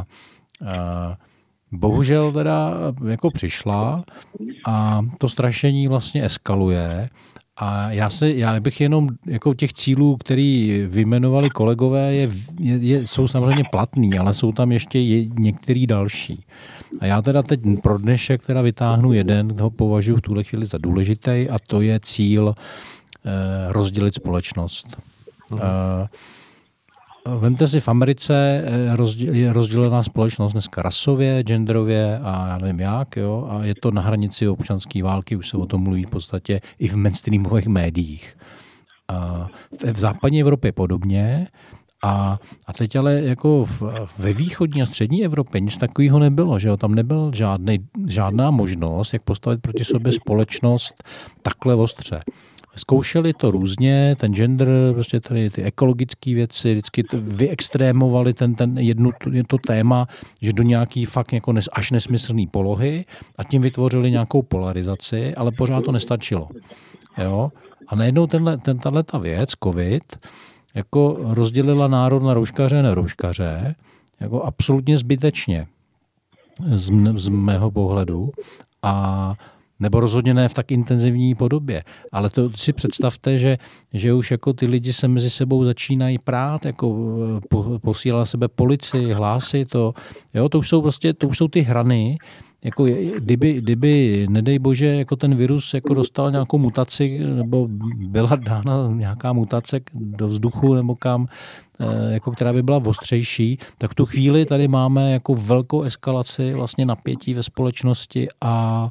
a bohužel teda jako přišla a to strašení vlastně eskaluje. A já, se, já bych jenom jako těch cílů, který vyjmenovali kolegové, je, je, je, jsou samozřejmě platný, ale jsou tam ještě je, některý další. A já teda teď pro dnešek teda vytáhnu jeden, ho považuji v tuhle chvíli za důležitý, a to je cíl eh, rozdělit společnost. Mhm. Eh, Vemte si, v Americe je rozdělená společnost dneska rasově, genderově a já nevím jak, jo, a je to na hranici občanské války, už se o tom mluví v podstatě i v mainstreamových médiích. A v západní Evropě podobně a, a teď ale jako v, ve východní a střední Evropě nic takového nebylo, že jo, tam nebyl žádný, žádná možnost, jak postavit proti sobě společnost takhle ostře. Zkoušeli to různě, ten gender, prostě tady ty ekologické věci, vždycky to vyextrémovali ten, ten jednu, to téma, že do nějaký fakt jako nes, až nesmyslný polohy a tím vytvořili nějakou polarizaci, ale pořád to nestačilo. Jo? A najednou tenhle, ten, tato věc, covid, jako rozdělila národ na rouškaře a nerouškaře, jako absolutně zbytečně z, z mého pohledu. A nebo rozhodně ne v tak intenzivní podobě. Ale to si představte, že, že už jako ty lidi se mezi sebou začínají prát, jako po, posílá na sebe policii, hlásí to. Jo, to už jsou prostě, to už jsou ty hrany. Jako kdyby, kdyby, nedej bože, jako ten virus jako dostal nějakou mutaci, nebo byla dána nějaká mutace do vzduchu, nebo kam, jako která by byla ostřejší, tak v tu chvíli tady máme jako velkou eskalaci vlastně napětí ve společnosti a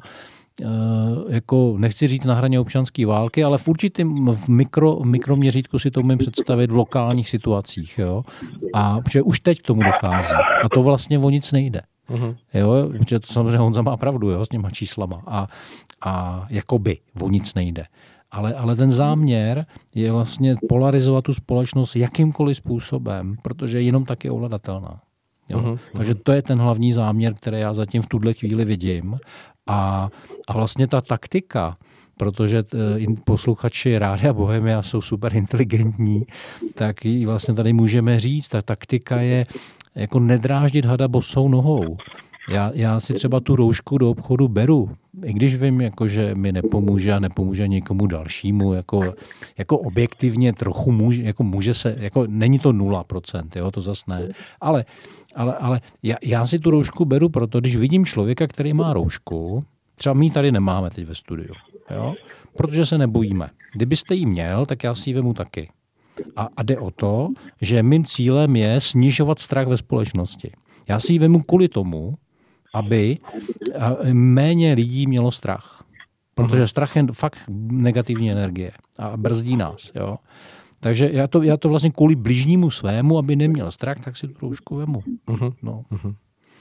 jako nechci říct na hraně občanské války, ale v určitém v mikro, mikroměřítku si to umím představit v lokálních situacích. Jo? A protože už teď k tomu dochází. A to vlastně o nic nejde. Uh-huh. Jo? Protože to samozřejmě Honza má pravdu, jo? S těma číslama. A, a jakoby o nic nejde. Ale, ale ten záměr je vlastně polarizovat tu společnost jakýmkoliv způsobem, protože jenom tak je ovladatelná. Jo? Uh-huh. Takže to je ten hlavní záměr, který já zatím v tuhle chvíli vidím. A, a vlastně ta taktika, protože posluchači Rádia Bohemia jsou super inteligentní, tak ji vlastně tady můžeme říct. Ta taktika je jako nedráždit hada bosou nohou. Já, já si třeba tu roušku do obchodu beru, i když vím, jako, že mi nepomůže a nepomůže někomu dalšímu, jako, jako objektivně trochu může, jako může se, jako není to nula procent, jo, to zas ne, ale Ale, ale já, já si tu roušku beru proto, když vidím člověka, který má roušku, třeba my ji tady nemáme teď ve studiu, jo? Protože se nebojíme. Kdybyste ji měl, tak já si ji vemu taky. A, a jde o to, že mým cílem je snižovat strach ve společnosti. Já si ji vemu kvůli tomu, aby méně lidí mělo strach. Protože strach je fakt negativní energie a brzdí nás, jo? Takže já to, já to vlastně kvůli bližnímu svému, aby neměl strach, tak si tu roušku vemu. Uh-huh. No. Uh-huh.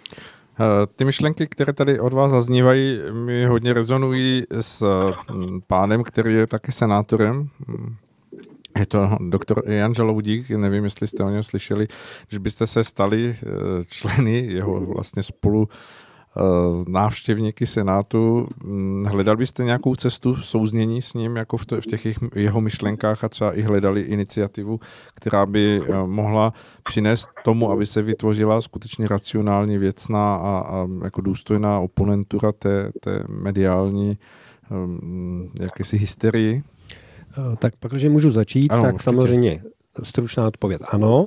Ty myšlenky, které tady od vás zaznívají, mi hodně rezonují s pánem, který je taky senátorem. Je to doktor Jan Žaloudík, nevím, jestli jste o něm slyšeli. Když byste se stali členy jeho vlastně spolu návštěvníky Senátu, hledal byste nějakou cestu souznění s ním, jako v, to, v těch jeho myšlenkách a třeba i hledali iniciativu, která by mohla přinést tomu, aby se vytvořila skutečně racionální, věcná a, a jako důstojná oponentura té, té mediální um, jakési hysterii? Tak pak, když můžu začít, ano, tak určitě. Samozřejmě stručná odpověď ano.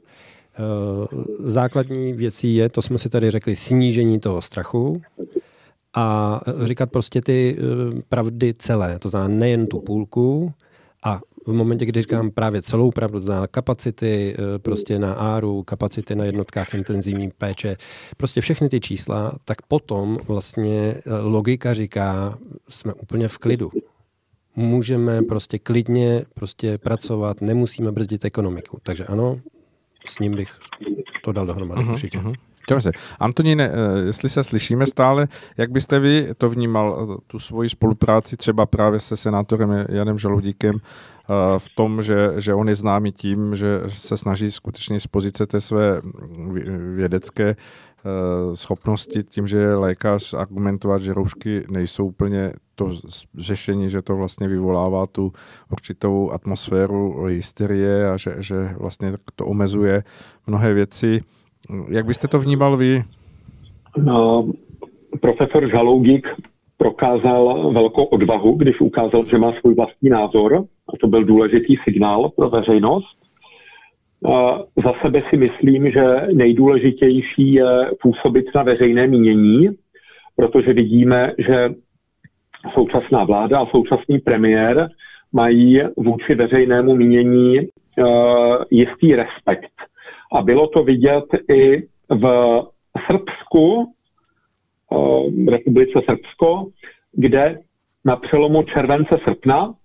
Základní věcí je, to jsme si tady řekli, snížení toho strachu a říkat prostě ty pravdy celé, to znamená nejen tu půlku a v momentě, kdy říkám právě celou pravdu, to znamená kapacity prostě na áru, kapacity na jednotkách intenzivní péče, prostě všechny ty čísla, tak potom vlastně logika říká, jsme úplně v klidu. Můžeme prostě klidně prostě pracovat, nemusíme brzdit ekonomiku. Takže ano, s ním bych to dal dohromady uh-huh, určitě. Uh-huh. Dobře. Antoníne, jestli se slyšíme stále, jak byste vy to vnímal, tu svoji spolupráci třeba právě se senátorem Janem Žaloudíkem v tom, že, že on je známý tím, že se snaží skutečně z pozice té své vědecké schopnosti, tím, že je lékař, argumentovat, že roušky nejsou úplně to řešení, že to vlastně vyvolává tu určitou atmosféru hysterie a že, že vlastně to omezuje mnohé věci. Jak byste to vnímal vy? No, profesor Žaloudík prokázal velkou odvahu, když ukázal, že má svůj vlastní názor a to byl důležitý signál pro veřejnost. Za sebe si myslím, že nejdůležitější je působit na veřejné mínění, protože vidíme, že současná vláda a současný premiér mají vůči veřejnému mínění jistý respekt. A bylo to vidět i v Srbsku, v republice Srbsko, kde na přelomu července srpna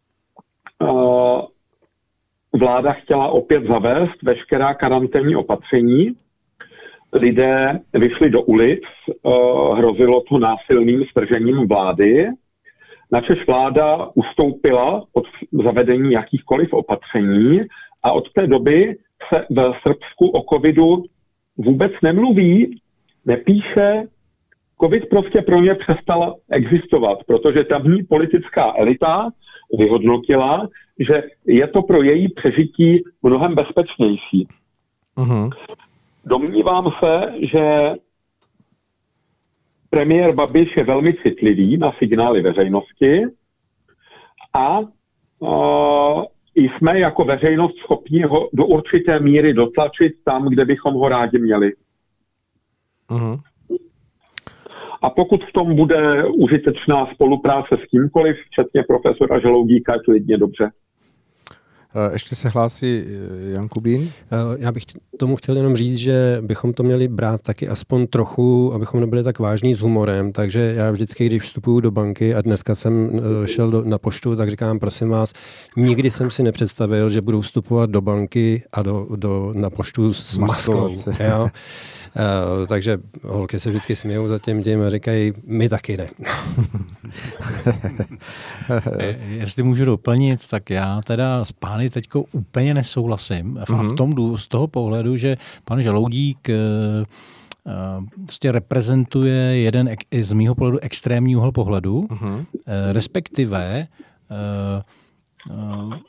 vláda chtěla opět zavést veškerá karanténní opatření. Lidé vyšli do ulic, hrozilo to násilným svržením vlády. načež vláda ustoupila od zavedení jakýchkoliv opatření a od té doby se v Srbsku o covidu vůbec nemluví, nepíše. Covid prostě pro ně přestal existovat, protože tamní politická elita vyhodnotila, že je to pro její přežití mnohem bezpečnější. Uh-huh. Domnívám se, že premiér Babiš je velmi citlivý na signály veřejnosti a uh, jsme jako veřejnost schopni ho do určité míry dotlačit tam, kde bychom ho rádi měli. Uh-huh. A pokud v tom bude užitečná spolupráce s kýmkoliv, včetně profesora Žaloudíka, je to jedině dobře. Ještě se hlásí Jan Kubín. Já bych tomu chtěl jenom říct, že bychom to měli brát taky aspoň trochu, abychom nebyli tak vážní s humorem, takže já vždycky, když vstupuju do banky a dneska jsem šel do, na poštu, tak říkám, prosím vás, nikdy jsem si nepředstavil, že budu vstupovat do banky a do, do, na poštu s maskou. Jo? Uh, takže holky se vždycky smějou za tím tím a říkají, my taky ne. Jestli můžu doplnit, tak já teda s pány teďko úplně nesouhlasím. A v tom z toho pohledu, že pan Žaloudík uh, prostě reprezentuje jeden z mýho pohledu extrémní úhel pohledu, uh-huh. uh, respektive uh, uh,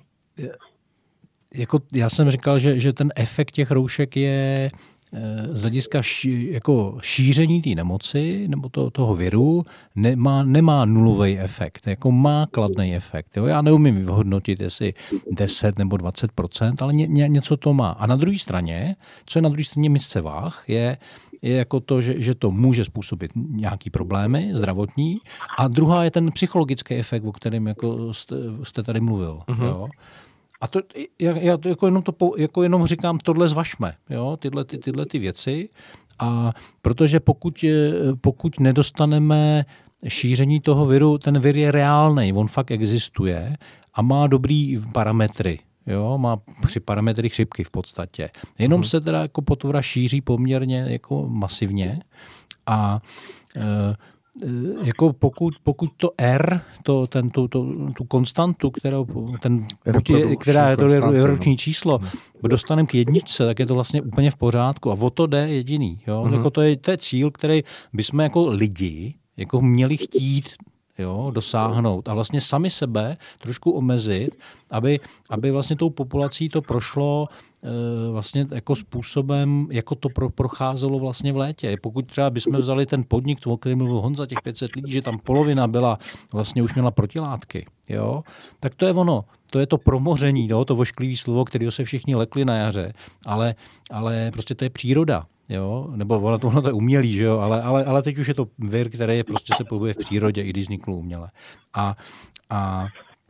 jako já jsem říkal, že, že ten efekt těch roušek je z hlediska ší, jako šíření té nemoci nebo to, toho viru nemá, nemá nulový efekt, jako má kladný efekt. Jo? Já neumím vyhodnotit, jestli deset nebo dvacet procent, ale ně, ně, něco to má. A na druhé straně, co je na druhé straně misce váh, je, je jako to, že, že to může způsobit nějaký problémy zdravotní a druhá je ten psychologický efekt, o kterém jako jste, jste tady mluvil. Uh-huh. Jo? A to, já, já to jako, jenom to jako jenom říkám, tohle zvažme, jo, tyhle, ty, tyhle ty věci. A protože pokud, pokud nedostaneme šíření toho viru, ten vir je reálnej, on fakt existuje a má dobrý parametry. Jo, má při parametry chřipky v podstatě. Jenom hmm. se teda jako potvora šíří poměrně jako masivně a e, jako pokud, pokud to R, to, ten, tu, tu, tu konstantu, kterou, ten, je, která je to reprodukční číslo, dostaneme k jedničce, tak je to vlastně úplně v pořádku. A o to jde jediný. Jo? Uh-huh. Jako to, je, to je cíl, který bychom jako lidi jako měli chtít, jo, dosáhnout a vlastně sami sebe trošku omezit, aby, aby vlastně tou populací to prošlo e, vlastně jako způsobem, jako to pro, procházelo vlastně v létě. Pokud třeba bychom vzali ten podnik, o kterém mluvil Honza, těch pět set lidí, že tam polovina byla, vlastně už měla protilátky, jo, tak to je ono. To je to promoření, no, to vošklivý slovo, kterého se všichni lekli na jaře, ale, ale prostě to je příroda. Jo, nebo ono to, ono to je umělý, že jo, ale, ale, ale teď už je to vir, který je prostě se pohybuje v přírodě, i když vznikl uměle. A, a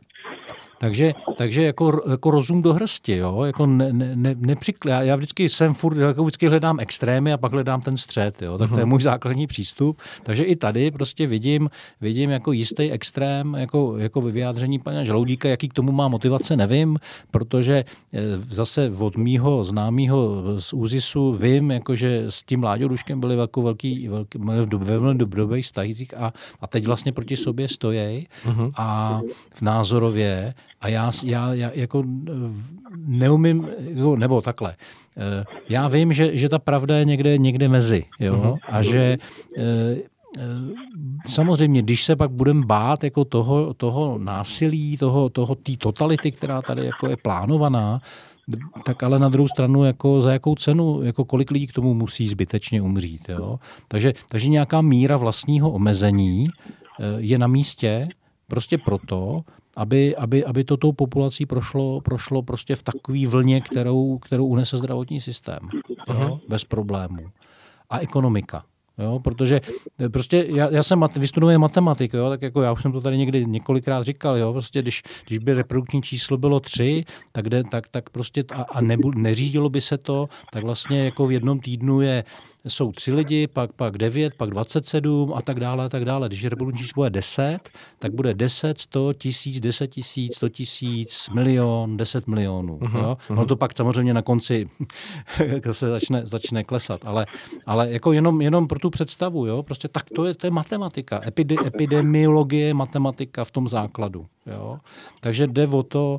takže, takže jako, jako rozum do hrsti, jo, jako ne, ne, nepřikl, já, já vždycky jsem furt, jako vždycky hledám extrémy a pak hledám ten střed, jo, tak to je můj základní přístup, takže i tady prostě vidím, vidím jako jistý extrém, jako, jako vyjádření pana Žaloudíka, jaký k tomu má motivace, nevím, protože zase od mýho známýho z ÚZISu vím, jako, že s tím Láďou Duškem byli velkou, velký, velký, ve velmi dobrých vztazích a, a teď vlastně proti sobě stojí uh-huh. a v názorově a já, já, já jako neumím, nebo takhle. Já vím, že, že ta pravda je někde, někde mezi. Jo? Uh-huh. A že samozřejmě, když se pak budeme bát jako toho, toho násilí, toho, toho, té totality, která tady jako je plánovaná, tak ale na druhou stranu jako za jakou cenu, jako kolik lidí k tomu musí zbytečně umřít. Jo? Takže, takže nějaká míra vlastního omezení je na místě prostě proto, aby, aby, aby to tou populací prošlo, prošlo prostě v takové vlně, kterou, kterou unese zdravotní systém. Jo? Bez problémů. A ekonomika. Jo? Protože prostě já, já jsem mat, vystuduji matematik, jo? Tak jako já už jsem to tady někdy několikrát říkal, jo? Prostě když, když by reprodukční číslo bylo tři, tak, de, tak, tak prostě a, a nebu, neřídilo by se to, tak vlastně jako v jednom týdnu je jsou tři lidi, pak, pak devět, pak dvacet sedm a tak dále a tak dále. Když reprodukční číslo bude deset, tak bude deset, sto, tisíc, deset tisíc, sto tisíc, milion, deset milionů. Uh-huh, jo? Uh-huh. No to pak samozřejmě na konci se začne, začne klesat, ale, ale jako jenom, jenom pro tu představu, jo? Prostě tak to je, to je matematika. Epide, epidemiologie je matematika v tom základu. Jo? Takže jde o to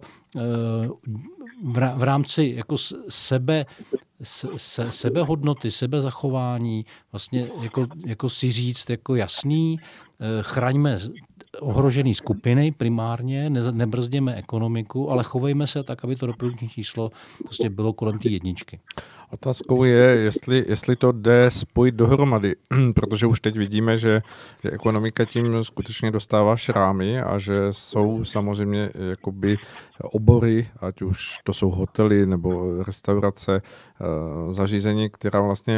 v rámci jako sebe, se, sebehodnoty, sebezachování, vlastně jako, jako si říct jako jasný, chraňme ohrožené skupiny primárně, ne, nebrzděme ekonomiku, ale chovejme se tak, aby to reprodukční číslo prostě bylo kolem té jedničky. Otázkou je, jestli, jestli to jde spojit dohromady, protože už teď vidíme, že, že ekonomika tím skutečně dostává šrámy a že jsou samozřejmě jakoby obory, ať už to jsou hotely nebo restaurace, zařízení, která vlastně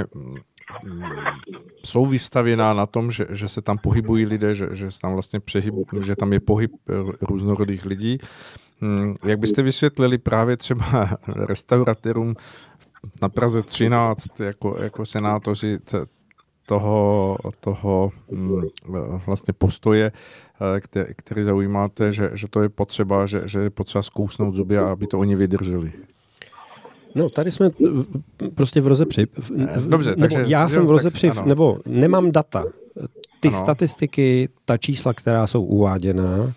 jsou vystavěná na tom, že, že se tam pohybují lidé, že, že, tam vlastně přehyb, že tam je pohyb různorodých lidí. Jak byste vysvětlili právě třeba restauratérům na Praze třináct jako, jako senátoři toho, toho vlastně postoje, který, který zaujímáte, že, že to je potřeba, že, že je potřeba zkousnout zuby, aby to oni vydrželi? No, tady jsme prostě v rozepři. Dobře, nebo takže, já jsem jo, v rozepři, tak, nebo nemám data. Ty ano. statistiky, ta čísla, která jsou uváděná,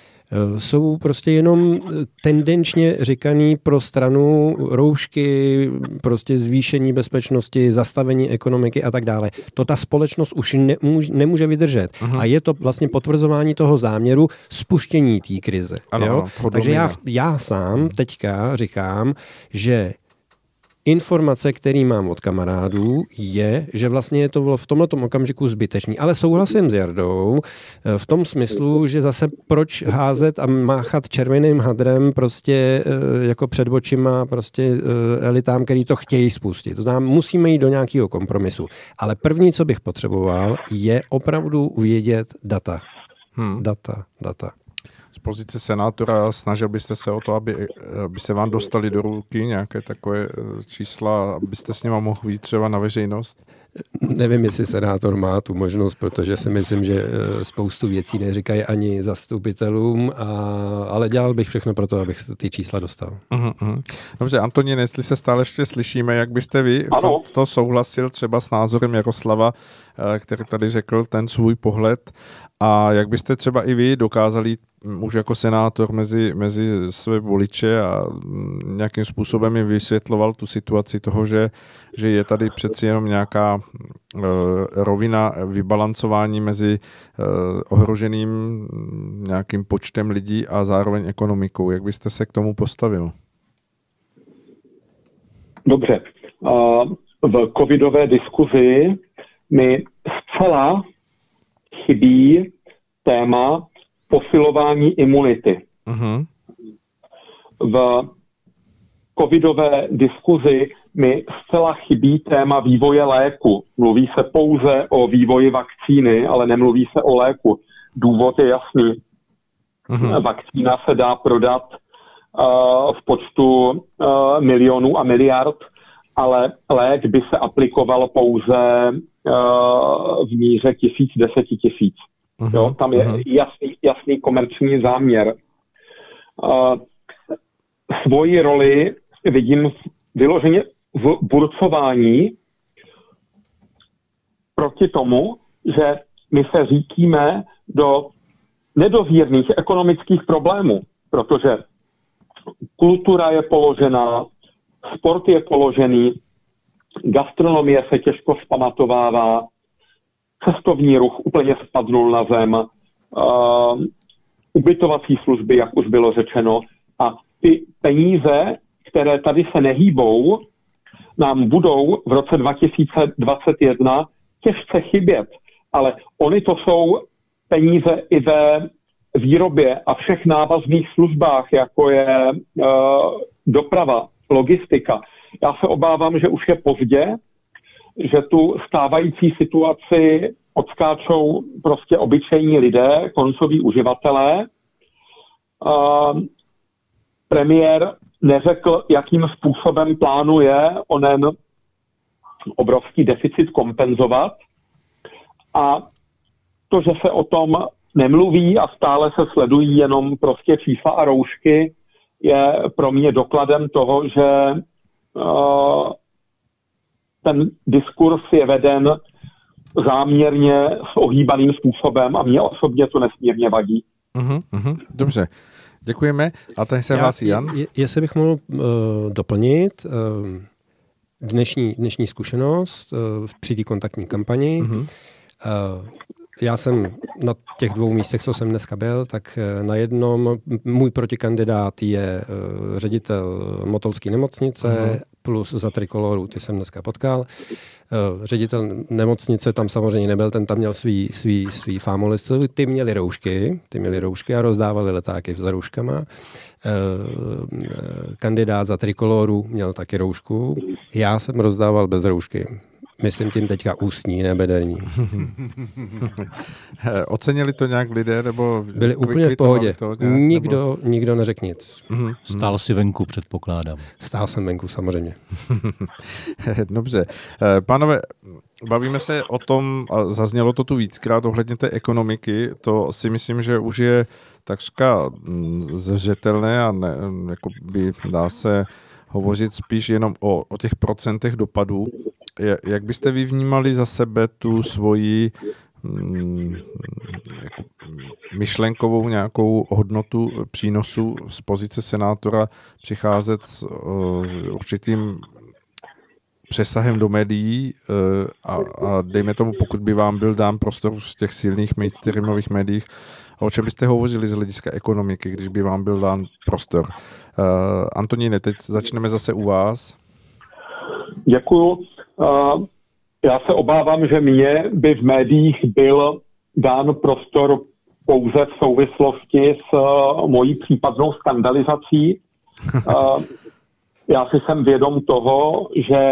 jsou prostě jenom tendenčně říkaný pro stranu roušky, prostě zvýšení bezpečnosti, zastavení ekonomiky a tak dále. To ta společnost už nemůže, nemůže vydržet. Uh-huh. A je to vlastně potvrzování toho záměru spuštění té krize. Ano, jo? ano, Takže já, já sám teďka říkám, že informace, který mám od kamarádů, je, že vlastně je to bylo v tomto okamžiku zbytečný. Ale souhlasím s Jardou v tom smyslu, že zase proč házet a máchat červeným hadrem prostě jako před očima prostě elitám, který to chtějí spustit. To znamená, musíme jít do nějakého kompromisu. Ale první, co bych potřeboval, je opravdu vědět data. Hmm. Data, data. Z pozice senátora snažil byste se o to, aby, aby se vám dostali do ruky nějaké takové čísla, abyste s nima mohl jít třeba na veřejnost? Nevím, jestli senátor má tu možnost, protože si myslím, že spoustu věcí neříkají ani zastupitelům, a, ale dělal bych všechno pro to, abych ty čísla dostal. Uh-huh, uh-huh. Dobře, Antonín, jestli se stále ještě slyšíme, jak byste vy to, to souhlasil třeba s názorem Jaroslava, který tady řekl ten svůj pohled, a jak byste třeba i vy dokázali už jako senátor mezi, mezi své voliče a nějakým způsobem jim vysvětloval tu situaci toho, že, že je tady přeci jenom nějaká uh, rovina vybalancování mezi uh, ohroženým nějakým počtem lidí a zároveň ekonomikou. Jak byste se k tomu postavil? Dobře. Uh, v covidové diskuzi mi zcela chybí téma posilování imunity. Uh-huh. V covidové diskuzi mi zcela chybí téma vývoje léku. Mluví se pouze o vývoji vakcíny, ale nemluví se o léku. Důvod je jasný. Uh-huh. Vakcína se dá prodat uh, v počtu uh, milionů a miliard, ale lék by se aplikoval pouze uh, v míře tisíc, deseti tisíc. Uh-huh, jo, tam je uh-huh. jasný, jasný komerční záměr. Uh, svoji roli vidím vyloženě v burcování proti tomu, že my se řítíme do nedozírných ekonomických problémů, protože kultura je položená, sport je položený, gastronomie se těžko vzpamatovává, cestovní ruch úplně spadnul na zem, uh, ubytovací služby, jak už bylo řečeno, a ty peníze, které tady se nehýbou, nám budou v roce dva tisíce dvacet jedna těžce chybět, ale oni to jsou peníze i ve výrobě a všech návazných službách, jako je uh, doprava, logistika. Já se obávám, že už je pozdě, že tu stávající situaci odskáčou prostě obyčejní lidé, koncoví uživatelé. Uh, premiér neřekl, jakým způsobem plánuje onen obrovský deficit kompenzovat. A to, že se o tom nemluví a stále se sledují jenom prostě čísla a roušky, je pro mě dokladem toho, že uh, ten diskurs je veden záměrně s ohýbaným způsobem a mě osobně to nesmírně vadí. Uh-huh, uh-huh. Dobře, děkujeme. A tady se hlásí Jan. Je, jestli bych mohl uh, doplnit uh, dnešní, dnešní zkušenost uh, při té kontaktní kampani. Uh-huh. Uh, já jsem na těch dvou místech, co jsem dneska byl, tak na jednom můj protikandidát je uh, ředitel Motolské nemocnice, uh-huh. plus za Trikoloru, ty jsem dneska potkal. Uh, ředitel nemocnice tam samozřejmě nebyl, ten tam měl svý, svý, svý fámolistu, ty měli roušky, ty měli roušky a rozdávali letáky za rouškama. Uh, kandidát za Trikoloru měl taky roušku, já jsem rozdával bez roušky. Myslím tím teďka ústní, ne bederní. Ocenili to nějak lidé? Nebo byli úplně v pohodě. To nějak, nikdo, nebo... nikdo neřekl nic. Stál si venku, předpokládám. Stál jsem venku, samozřejmě. Dobře. Pánové, bavíme se o tom, a zaznělo to tu víckrát, ohledně té ekonomiky. To si myslím, že už je takřka zřetelné a ne, jako by dá se hovořit spíš jenom o, o těch procentech dopadů. Jak byste vy vnímali za sebe tu svoji mm, jako myšlenkovou nějakou hodnotu přínosu z pozice senátora přicházet s, s určitým přesahem do médií a, a dejme tomu, pokud by vám byl dán prostor v těch silných mainstreamových médiích, o čem byste hovořili z hlediska ekonomiky, když by vám byl dán prostor? Uh, Antoníne, teď začneme zase u vás. Děkuju. Uh, já se obávám, že mně by v médiích byl dán prostor pouze v souvislosti s uh, mojí případnou skandalizací. Uh, já si jsem vědom toho, že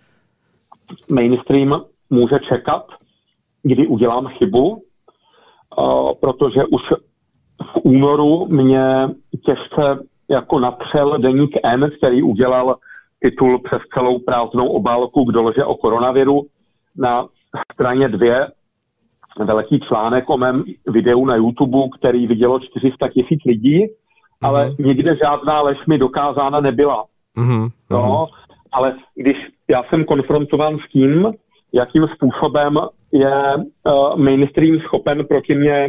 mainstream může čekat, kdy udělám chybu, uh, protože už v únoru mě těžce jako natřel deník N, který udělal titul přes celou prázdnou obálku k dolože o koronaviru. Na straně dvě velký článek o mém videu na YouTube, který vidělo čtyři sta tisíc lidí, mm-hmm. ale nikde žádná lež mi dokázána nebyla. Mm-hmm. No, ale když já jsem konfrontován s tím, jakým způsobem je uh, mainstream schopen proti mně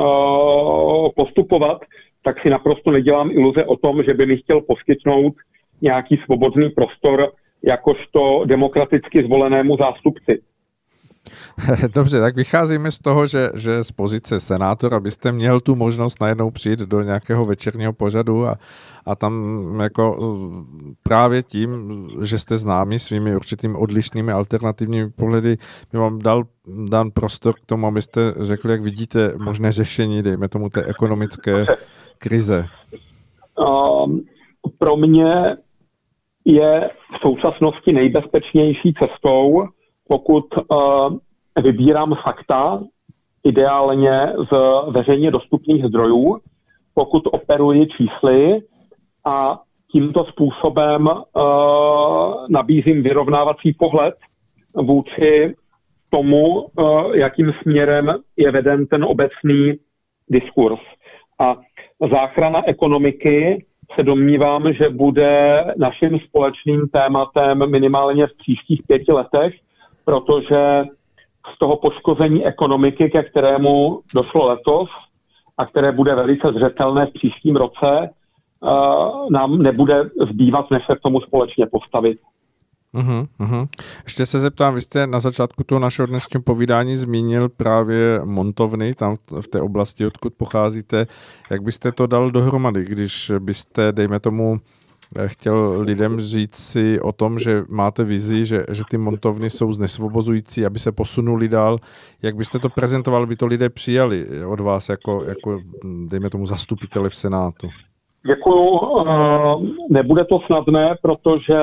uh, postupovat, tak si naprosto nedělám iluze o tom, že by mi chtěl poskytnout nějaký svobodný prostor jakožto demokraticky zvolenému zástupci. Dobře, tak vycházíme z toho, že, že z pozice senátora byste měl tu možnost najednou přijít do nějakého večerního pořadu a, a tam jako právě tím, že jste známí svými určitými odlišnými alternativními pohledy, by vám dal dán prostor k tomu, abyste řekli, jak vidíte možné řešení, dejme tomu té ekonomické krize. Um, pro mě je v současnosti nejbezpečnější cestou, pokud uh, vybírám fakta, ideálně z veřejně dostupných zdrojů, pokud operuji čísly a tímto způsobem uh, nabízím vyrovnávací pohled vůči tomu, uh, jakým směrem je veden ten obecný diskurs. A záchrana ekonomiky se domnívám, že bude naším společným tématem minimálně v příštích pěti letech, protože z toho poškození ekonomiky, ke kterému došlo letos a které bude velice zřetelné v příštím roce, nám nebude zbývat, než se k tomu společně postavit. Uhum, uhum. Ještě se zeptám, vy jste na začátku toho našeho dnešního povídání zmínil právě montovny, tam v té oblasti, odkud pocházíte. Jak byste to dal dohromady, když byste, dejme tomu, chtěl lidem říct si o tom, že máte vizi, že, že ty montovny jsou znesvobozující, aby se posunuli dál. Jak byste to prezentoval, by to lidé přijali od vás jako, jako dejme tomu, zastupitele v Senátu? Děkuju. Nebude to snadné, protože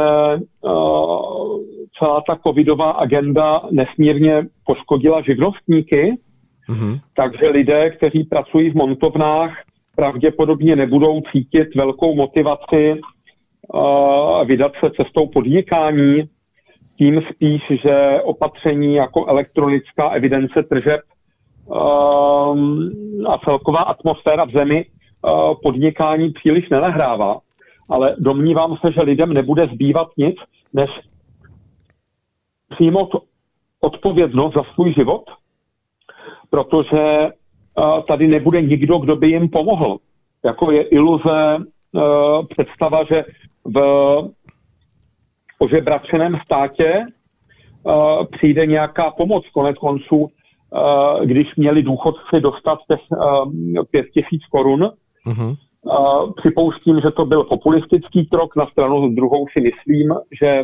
celá ta covidová agenda nesmírně poškodila živnostníky, mm-hmm. takže lidé, kteří pracují v montovnách, pravděpodobně nebudou cítit velkou motivaci vydat se cestou podnikání. tím spíš, že opatření jako elektronická evidence tržeb um, a celková atmosféra v zemi uh, podnikání příliš nenahrává. Ale domnívám se, že lidem nebude zbývat nic, než přijmout odpovědnost za svůj život, protože uh, tady nebude nikdo, kdo by jim pomohl. Jako je iluze uh, představa, že v ožebračeném státě uh, přijde nějaká pomoc. Konec konců, uh, když měli důchodci dostat těch uh, pět tisíc korun, uh-huh. uh, připouštím, že to byl populistický krok. Na stranu druhou si myslím, že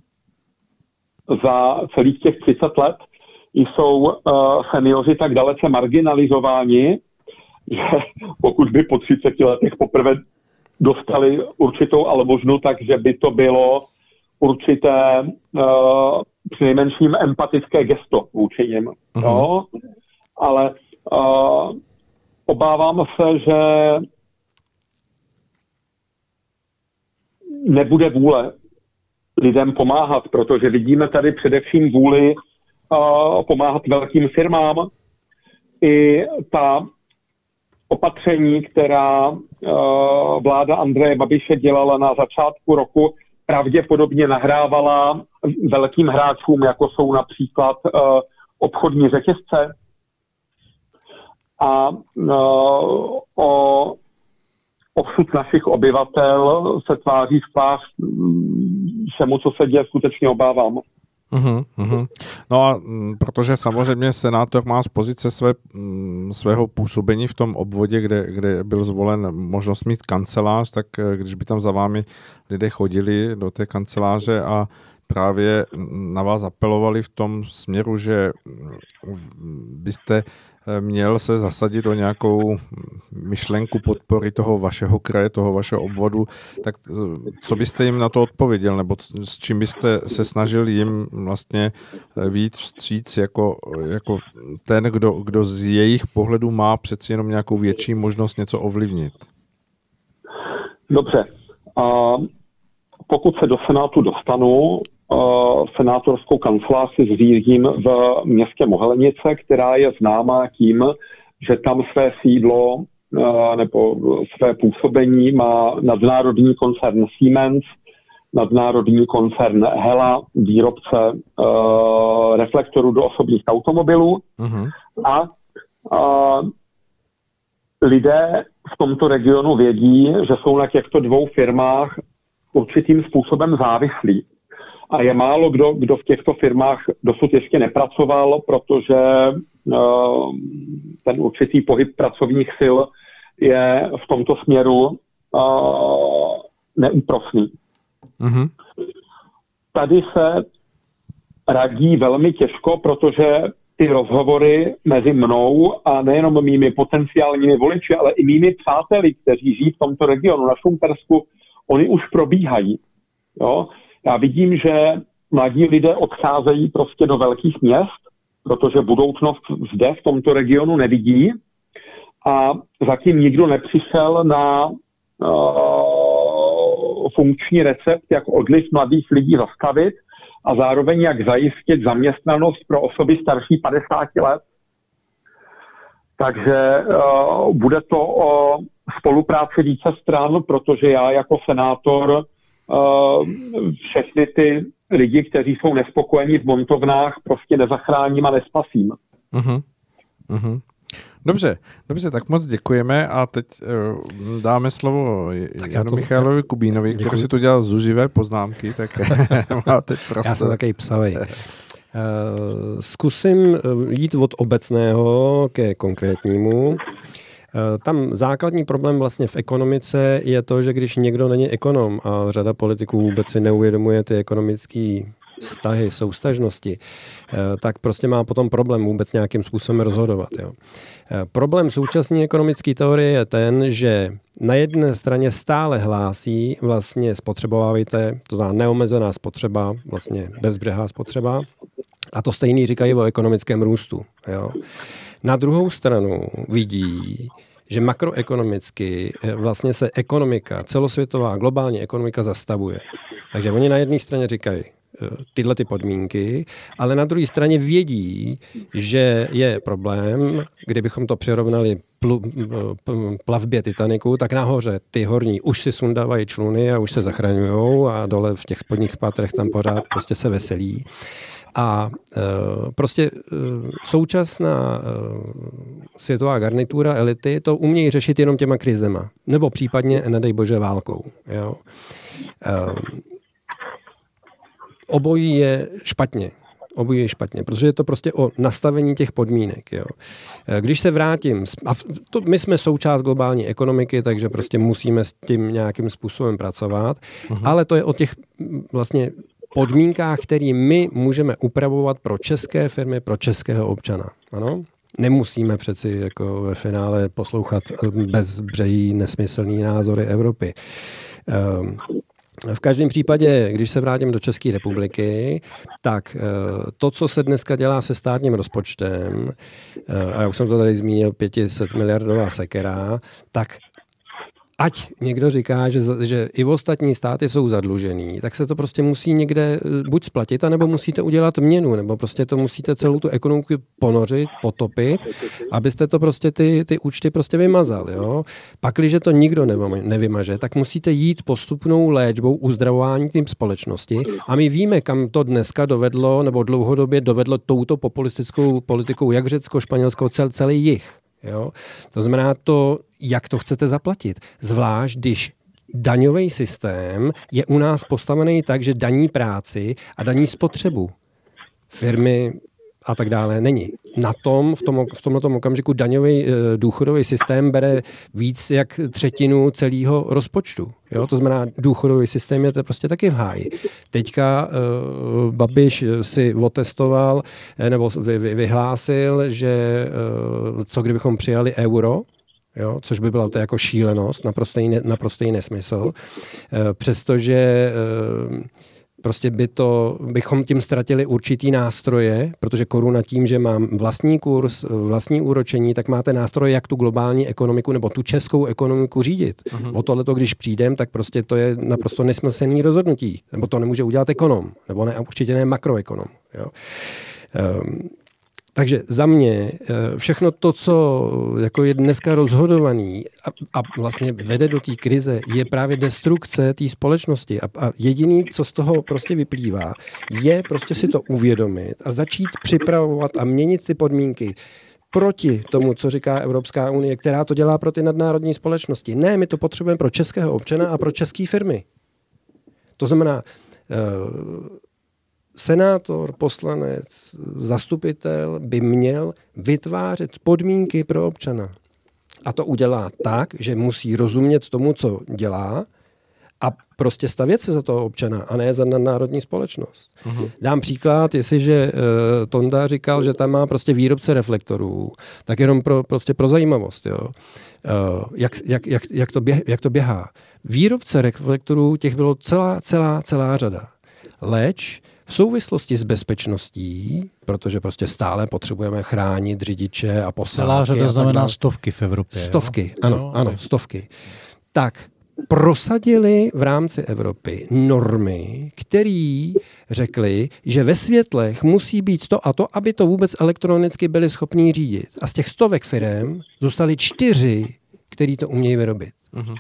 za celých těch třicet let jsou uh, seniori tak dalece marginalizováni, že pokud by po třiceti letech poprvé dostali určitou almužnu, takže by to bylo určité uh, přinejmenším empatické gesto vůči nim. Uh-huh. No? Ale uh, obávám se, že nebude vůle lidem pomáhat, protože vidíme tady především vůli uh, pomáhat velkým firmám. I ta opatření, která uh, vláda Andreje Babiše dělala na začátku roku, pravděpodobně nahrávala velkým hráčům, jako jsou například uh, obchodní řetězce. A uh, o osud našich obyvatel se tváří v tvář všemu, co se děje, skutečně obávám. Uhum, uhum. No a m, protože samozřejmě senátor má z pozice své, m, svého působení v tom obvodě, kde, kde byl zvolen možnost mít kancelář, tak když by tam za vámi lidé chodili do té kanceláře a právě na vás apelovali v tom směru, že byste měl se zasadit o nějakou myšlenku podpory toho vašeho kraje, toho vašeho obvodu, tak co byste jim na to odpověděl, nebo s čím byste se snažil jim vlastně vyjít vstříc jako, jako ten, kdo, kdo z jejich pohledu má přeci jenom nějakou větší možnost něco ovlivnit? Dobře. A pokud se do Senátu dostanu, senátorskou kancelář si zřídím v městě Mohelenice, která je známá tím, že tam své sídlo nebo své působení má nadnárodní koncern Siemens, nadnárodní koncern Hella, výrobce uh, reflektorů do osobních automobilů. Uh-huh. A uh, lidé v tomto regionu vědí, že jsou na těchto dvou firmách určitým způsobem závislí. A je málo kdo, kdo v těchto firmách dosud ještě nepracoval, protože uh, ten určitý pohyb pracovních sil je v tomto směru uh, neúprosný. Mm-hmm. Tady se radí velmi těžko, protože ty rozhovory mezi mnou a nejenom mými potenciálními voliči, ale i mými přáteli, kteří žijí v tomto regionu, na Šumpersku, oni už probíhají. Jo? Já vidím, že mladí lidé odcházejí prostě do velkých měst, protože budoucnost zde v tomto regionu nevidí a zatím nikdo nepřišel na uh, funkční recept, jak odliv mladých lidí zastavit a zároveň jak zajistit zaměstnanost pro osoby starší padesáti let. Takže uh, bude to o spolupráci více stran, protože já jako senátor Uh, všechny ty lidi, kteří jsou nespokojení v montovnách, prostě nezachráním a nespasím. Uh-huh. Uh-huh. Dobře, dobře, tak moc děkujeme a teď uh, dáme slovo Janu to... Michailovi Kubínovi, Děkuji. Který si tu dělal zuživé poznámky, tak má teď prostor. Já jsem takový psavej. Uh, zkusím jít od obecného ke konkrétnímu. Tam základní problém vlastně v ekonomice je to, že když někdo není ekonom a řada politiků vůbec si neuvědomuje ty ekonomické vztahy, soustažnosti, tak prostě má potom problém vůbec nějakým způsobem rozhodovat. Jo. Problém současné ekonomické teorie je ten, že na jedné straně stále hlásí vlastně spotřebovávejte, to znamená neomezená spotřeba, vlastně bezbřehá spotřeba, a to stejný říkají o ekonomickém růstu. Jo. Na druhou stranu vidí, že makroekonomicky vlastně se ekonomika, celosvětová globální ekonomika zastavuje. Takže oni na jedné straně říkají, tyhle ty podmínky, ale na druhé straně vědí, že je problém, kdybychom to přirovnali pl, plavbě Titaniku, tak nahoře ty horní už si sundávají čluny a už se zachraňujou a dole v těch spodních patrech tam pořád prostě se veselí. A e, prostě e, současná e, světová garnitura elity to umějí řešit jenom těma krizema. Nebo případně, nedej bože, válkou. Jo. E, obojí je špatně. Obojí je špatně, protože je to prostě o nastavení těch podmínek. Jo. Když se vrátím, a to, my jsme součást globální ekonomiky, takže prostě musíme s tím nějakým způsobem pracovat, uh-huh. ale to je o těch vlastně podmínkách, které my můžeme upravovat pro české firmy, pro českého občana. Ano? Nemusíme přeci jako ve finále poslouchat bezbřehý nesmyslný názory Evropy. Um, V každém případě, když se vrátím do České republiky, tak to, co se dneska dělá se státním rozpočtem, a já už jsem to tady zmínil, pětiset miliardová sekera, tak ať někdo říká, že, že i ostatní státy jsou zadlužený, tak se to prostě musí někde buď splatit, anebo musíte udělat měnu, nebo prostě to musíte celou tu ekonomiku ponořit, potopit, abyste to prostě ty, ty účty prostě vymazal. Jo? Pakliže to nikdo nevymaže, tak musíte jít postupnou léčbou, uzdravování tím společnosti. A my víme, kam to dneska dovedlo, nebo dlouhodobě dovedlo touto populistickou politikou, jak Řecko, Španělsko, cel, celý jih. Jo? To znamená to, jak to chcete zaplatit. Zvlášť, když daňový systém je u nás postavený tak, že daní práci a daní spotřebu. Firmy a tak dále není. Na tom, v, tom, v tomto okamžiku daňový e, důchodový systém bere víc jak třetinu celého rozpočtu. Jo? To znamená, důchodový systém je to prostě taky v háji. Teďka e, Babiš si otestoval e, nebo vy, vy, vyhlásil, že e, co kdybychom přijali euro, jo? Což by byla to jako šílenost, naprostý, ne, naprostý nesmysl. E, přestože e, Prostě by to, bychom tím ztratili určitý nástroje, protože koruna tím, že mám vlastní kurz, vlastní úročení, tak máte nástroje, jak tu globální ekonomiku nebo tu českou ekonomiku řídit. Uh-huh. O tohleto, když přijdem, tak prostě to je naprosto nesmyslný rozhodnutí. Nebo to nemůže udělat ekonom, nebo ne, určitě ne makroekonom. Jo. Um, Takže za mě všechno to, co jako je dneska rozhodovaný a, a vlastně vede do té krize, je právě destrukce té společnosti. A, a jediný, co z toho prostě vyplývá, je prostě si to uvědomit a začít připravovat a měnit ty podmínky proti tomu, co říká Evropská unie, která to dělá pro ty nadnárodní společnosti. Ne, my to potřebujeme pro českého občana a pro české firmy. To znamená, uh, senátor, poslanec, zastupitel by měl vytvářet podmínky pro občana. A to udělá tak, že musí rozumět tomu, co dělá a prostě stavět se za toho občana a ne za nadnárodní společnost. Uh-huh. Dám příklad, jestliže uh, Tonda říkal, že tam má prostě výrobce reflektorů, tak jenom pro, prostě pro zajímavost. Jo. Uh, jak, jak, jak, jak, to běh, jak to běhá. Výrobce reflektorů těch bylo celá, celá, celá řada. Leč v souvislosti s bezpečností, protože prostě stále potřebujeme chránit řidiče a posádky. Celá řada znamená stovky v Evropě. Stovky, jo? ano, jo, ano, tak. stovky. Tak prosadili v rámci Evropy normy, které řekly, že ve světlech musí být to a to, aby to vůbec elektronicky byli schopní řídit. A z těch stovek firem zůstali čtyři, který to umějí vyrobit. Uh-huh.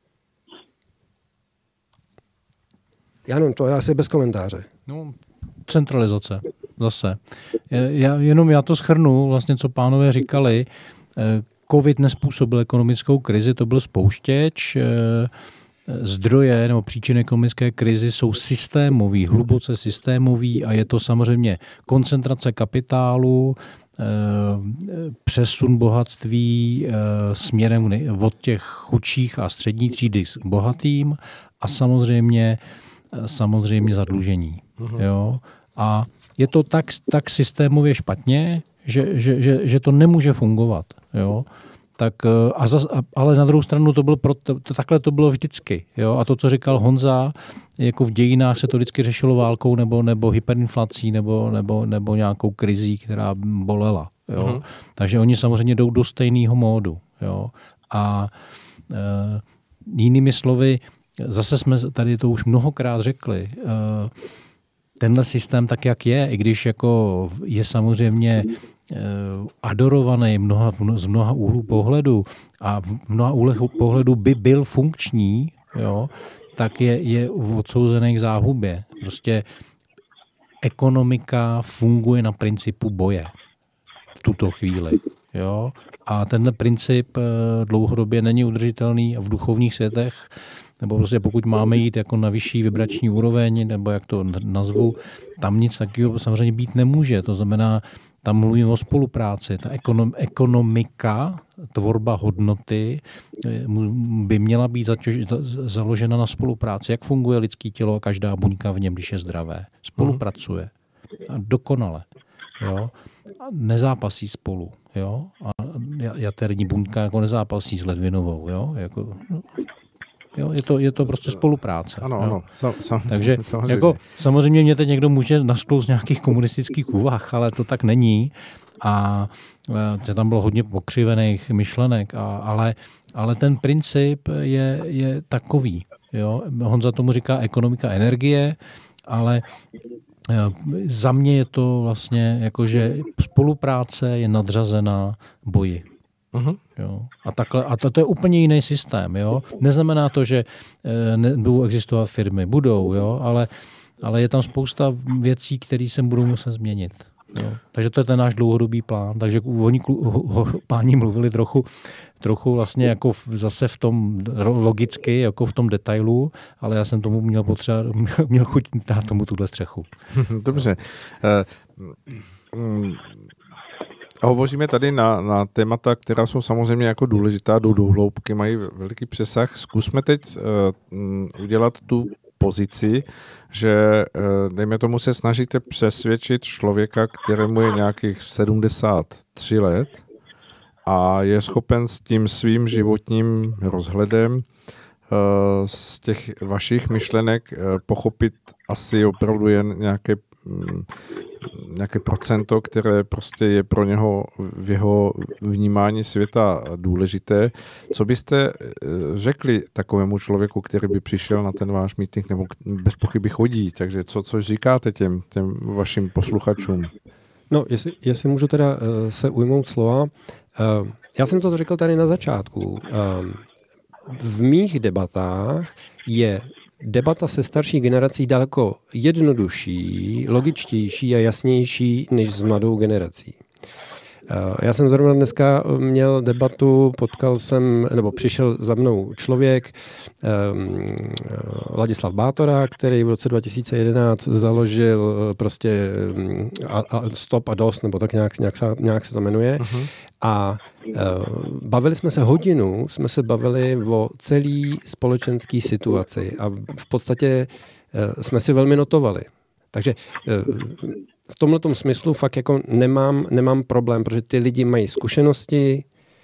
Já nevím, to je asi bez komentáře. No, centralizace zase. Já, jenom já to shrnu, vlastně, co pánové říkali. Covid nespůsobil ekonomickou krizi, to byl spouštěč. Zdroje nebo příčiny ekonomické krizi jsou systémový, hluboce systémový a je to samozřejmě koncentrace kapitálu, přesun bohatství směrem od těch chudších a střední třídy k bohatým a samozřejmě samozřejmě zadlužení. Uh-huh. Jo? A je to tak, tak systémově špatně, že, že, že, že to nemůže fungovat. Jo? Tak, a zas, ale na druhou stranu to bylo pro, to, to, takhle to bylo vždycky. Jo? A to, co říkal Honza, jako v dějinách se to vždycky řešilo válkou nebo, nebo hyperinflací nebo, nebo, nebo nějakou krizí, která bolela. Jo? Uh-huh. Takže oni samozřejmě jdou do stejného módu. Jo? A e, jinými slovy, zase jsme tady to už mnohokrát řekli, tenhle systém tak, jak je, i když jako je samozřejmě adorovaný mnoha, z mnoha úhlů pohledu a v mnoha úhlech pohledu by byl funkční, jo, tak je, je odsouzený k záhubě. Prostě ekonomika funguje na principu boje v tuto chvíli. Jo? A tenhle princip dlouhodobě není udržitelný v duchovních světech, nebo prostě pokud máme jít jako na vyšší vibrační úroveň, nebo jak to nazvu, tam nic takového samozřejmě být nemůže. To znamená, tam mluvím o spolupráci. Ta ekonom, ekonomika, tvorba hodnoty by měla být zaťož, založena na spolupráci. Jak funguje lidské tělo a každá buňka v něm, když je zdravé. Spolupracuje. A dokonale. Jo? A nezápasí spolu. Jo? A jaterní buňka jako nezápasí s ledvinovou. Jo? Jako, jo? Je, to, je to prostě spolupráce. Ano, ano. Sam, sam, Takže samozřejmě. Jako, samozřejmě mě teď někdo může našklout z nějakých komunistických úvah, ale to tak není. A e, tam bylo hodně pokřivených myšlenek, a, ale, ale ten princip je, je takový. Jo? Honza tomu říká ekonomika energie, ale e, za mě je to vlastně jako, že spolupráce je nadřazená boji. Uh-huh. Jo. A, takhle, a to, to je úplně jiný systém. Jo. Neznamená to, že e, nebudou existovat firmy. Budou, jo, ale, ale je tam spousta věcí, které se budou muset změnit. Jo. Takže to je ten náš dlouhodobý plán. Takže oni páni mluvili trochu, trochu vlastně jako v, zase v tom logicky, jako v tom detailu, ale já jsem tomu měl potřeba, měl chuť dát tomu tuhle střechu. Dobře. Uh, um... Hovoříme tady na, na témata, která jsou samozřejmě jako důležitá, jdou do hloubky, mají veliký přesah. Zkusme teď uh, udělat tu pozici, že uh, dejme tomu se snažíte přesvědčit člověka, kterému je nějakých sedmdesát tři let a je schopen s tím svým životním rozhledem uh, z těch vašich myšlenek uh, pochopit asi opravdu jen nějaké um, nějaké procento, které prostě je pro něho v jeho vnímání světa důležité. Co byste řekli takovému člověku, který by přišel na ten váš meeting, nebo bez pochyby chodí, takže co, co říkáte těm, těm vašim posluchačům? No, jestli, jestli můžu teda uh, se ujmout slova. Uh, já jsem to řekl tady na začátku. Uh, v mých debatách je debata se starší generací daleko jednodušší, logičtější a jasnější než s mladou generací. Já jsem zrovna dneska měl debatu, potkal jsem, nebo přišel za mnou člověk, um, Ladislav Bátora, který v roce dva tisíce jedenáct založil prostě a, a Stop a dost, nebo tak nějak, nějak, se, nějak se to jmenuje. Uh-huh. A uh, bavili jsme se hodinu, jsme se bavili o celé společenské situaci a v podstatě uh, jsme si velmi notovali. Takže uh, v tomhletom smyslu fakt jako nemám, nemám problém, protože ty lidi mají zkušenosti,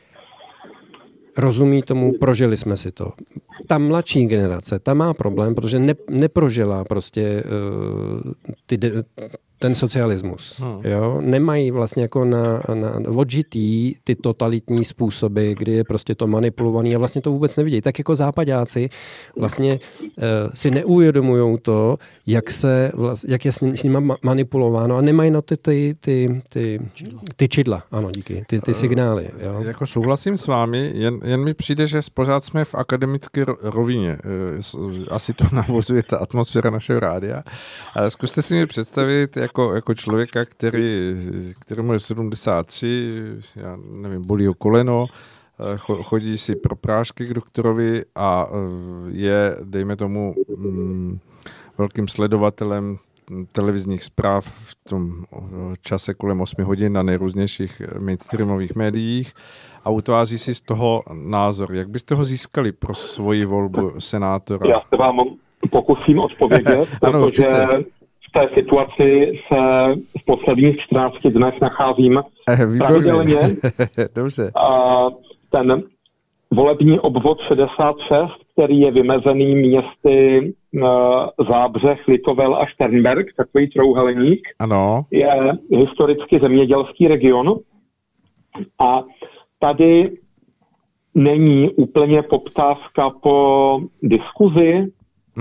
rozumí tomu, prožili jsme si to. Ta mladší generace, ta má problém, protože ne, neprožila prostě uh, ty, ten socialismus. Hmm. Jo? Nemají vlastně jako na, na odžitý ty totalitní způsoby, kdy je prostě to manipulovaný a vlastně to vůbec nevidějí. Tak jako západáci vlastně uh, si neuvědomujou to, jak, se, jak je s, ním, s nima manipulováno a nemají na ty, ty, ty, ty, ty čidla. Ano, díky. Ty, ty signály. Jo? Jako souhlasím s vámi, jen, jen mi přijde, že pořád jsme v akademické rovině. Asi to navozuje ta atmosféra našeho rádia. Ale zkuste si mi představit jako, jako člověka, který, kterému je sedmdesát tři, já nevím, bolí ho koleno, chodí si pro prášky k doktorovi a je, dejme tomu, velkým sledovatelem televizních zpráv v tom čase kolem osmi hodin na nejrůznějších mainstreamových médiích a utváří si z toho názor. Jak byste ho získali pro svoji volbu senátora? Já se vám pokusím odpovědět, ano, protože v té situaci se v posledních čtrnácti dnech nacházím pravidelně. Dobře. A ten volební obvod šedesát šest, který je vymezený městy Zábřeh, Litovel a Šternberk, takový trouhelník, ano. Je historicky zemědělský region a tady není úplně poptávka po diskuzi, mm-hmm.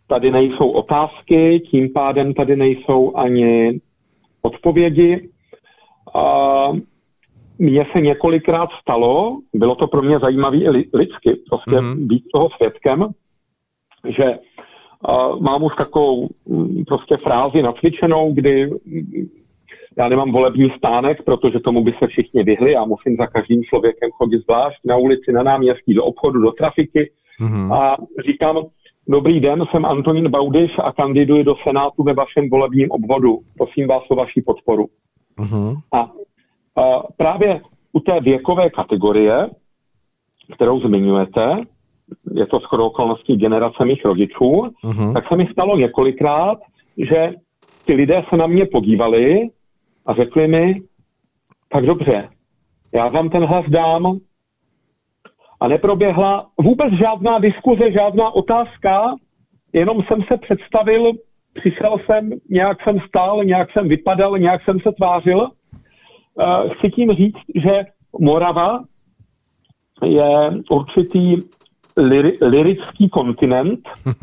tady nejsou otázky, tím pádem tady nejsou ani odpovědi. A mně se několikrát stalo, bylo to pro mě zajímavé i lidsky, prostě mm-hmm. být toho svědkem, že uh, mám už takovou um, prostě frázi nacvičenou, kdy um, já nemám volební stánek, protože tomu by se všichni vyhli, já musím za každým člověkem chodit zvlášť na ulici, na náměstí, do obchodu, do trafiky mm-hmm. a říkám, dobrý den, jsem Antonín Baudyš a kandiduji do Senátu ve vašem volebním obvodu. Prosím vás o vaši podporu. Mm-hmm. A, a právě u té věkové kategorie, kterou zmiňujete, je to shodou okolností generace mých rodičů, mm-hmm. tak se mi stalo několikrát, že ty lidé se na mě podívali a řekli mi, tak dobře, já vám ten hlas dám. A neproběhla vůbec žádná diskuze, žádná otázka, jenom jsem se představil, přišel jsem, nějak jsem stál, nějak jsem vypadal, nějak jsem se tvářil. Chci tím říct, že Morava je určitý lir- lirický kontinent.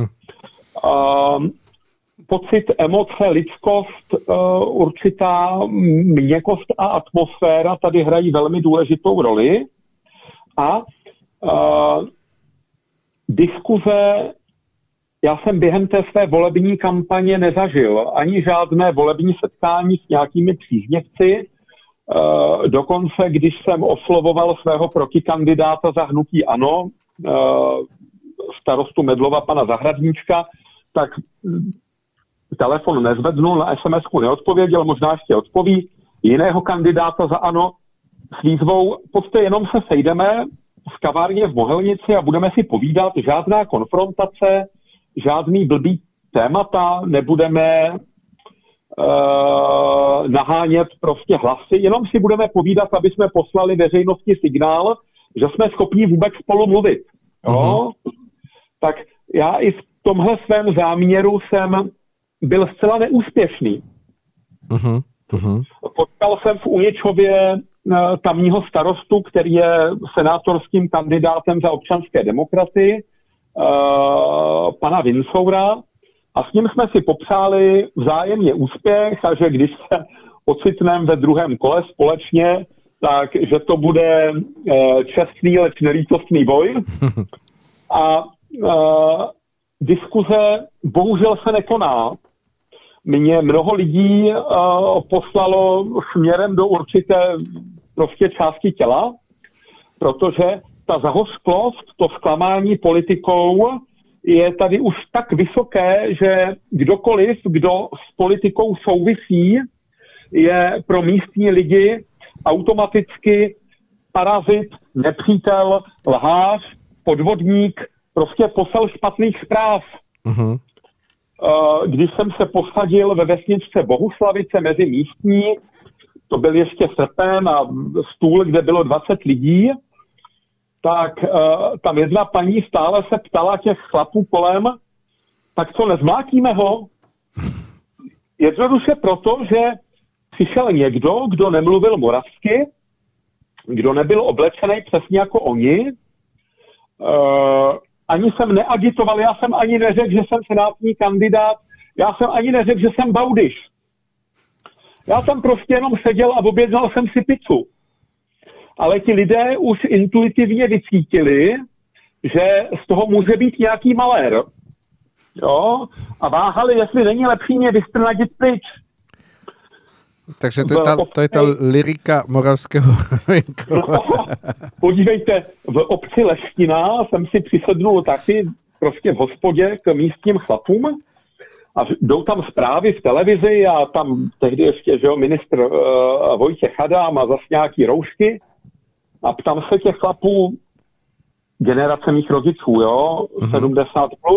Pocit, emoce, lidskost, určitá měkkost a atmosféra tady hrají velmi důležitou roli. A Uh, diskuze, já jsem během té své volební kampaně nezažil ani žádné volební setkání s nějakými příznivci. Uh, dokonce, když jsem oslovoval svého protikandidáta za hnutí ANO, uh, starostu Medlova, pana Zahradníčka, tak telefon nezvednul, na es em esku neodpověděl, možná ještě odpoví jiného kandidáta za ANO s výzvou, prostě jenom se sejdeme v kavárně v Mohelnici a budeme si povídat, žádná konfrontace, žádný blbý témata, nebudeme uh, nahánět prostě hlasy, jenom si budeme povídat, aby jsme poslali veřejnosti signál, že jsme schopni vůbec spolu mluvit. Uh-huh. Tak já i v tomhle svém záměru jsem byl zcela neúspěšný. Uh-huh. Uh-huh. Potkal jsem v Uničově tamního starostu, který je senátorským kandidátem za občanské demokraty, pana Vincoura, a s ním jsme si popřáli vzájemně úspěch a že když se ocitneme ve druhém kole společně, tak že to bude čestný, leč nelítostný boj. A diskuze bohužel se nekoná. Mě mnoho lidí uh, poslalo směrem do určité prostě části těla, protože ta zahořklost, to zklamání politikou je tady už tak vysoké, že kdokoliv, kdo s politikou souvisí, je pro místní lidi automaticky parazit, nepřítel, lhář, podvodník, prostě posel špatných zpráv. Uh-huh. Když jsem se posadil ve vesničce Bohuslavice mezi místní, to byl ještě srpen a stůl, kde bylo dvacet lidí, tak uh, tam jedna paní stále se ptala těch chlapů kolem, tak co, nezmlátíme ho? Jednoduše proto, že přišel někdo, kdo nemluvil moravsky, kdo nebyl oblečený přesně jako oni, uh, ani jsem neagitoval, já jsem ani neřekl, že jsem senátní kandidát, já jsem ani neřekl, že jsem Baudyš. Já tam prostě jenom seděl a objednal jsem si pizzu. Ale ti lidé už intuitivně vycítili, že z toho může být nějaký malér. Jo? A váhali, jestli není lepší mě vystrnadit pryč. Takže to je ta, to je ta lyrika moravského venkova. No, podívejte, v obci Leština jsem si přisednul taky prostě v hospodě k místním chlapům a jdou tam zprávy v televizi a tam tehdy ještě, že jo, ministr uh, Vojtěch Adam a zase nějaký roušky a ptám se těch chlapů, generace mých rodičů, jo, mm-hmm. sedmdesát plus,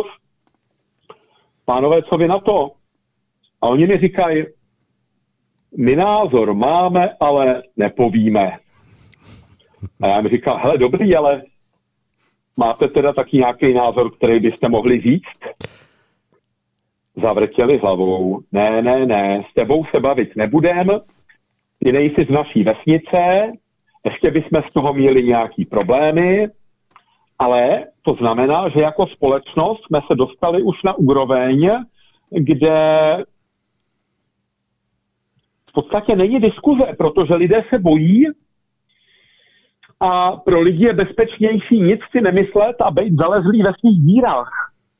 pánové, co vy na to? A oni mi říkají, my názor máme, ale nepovíme. A já mi říkal, hele, dobrý, ale máte teda taky nějaký názor, který byste mohli říct? Zavrtěli hlavou. Ne, ne, ne, s tebou se bavit nebudem, ty nejsi z naší vesnice, ještě bychom z toho měli nějaký problémy Ale to znamená, že jako společnost jsme se dostali už na úroveň, kde v podstatě není diskuze, protože lidé se bojí a pro lidi je bezpečnější nic si nemyslet a být zalezlý ve svých dírách.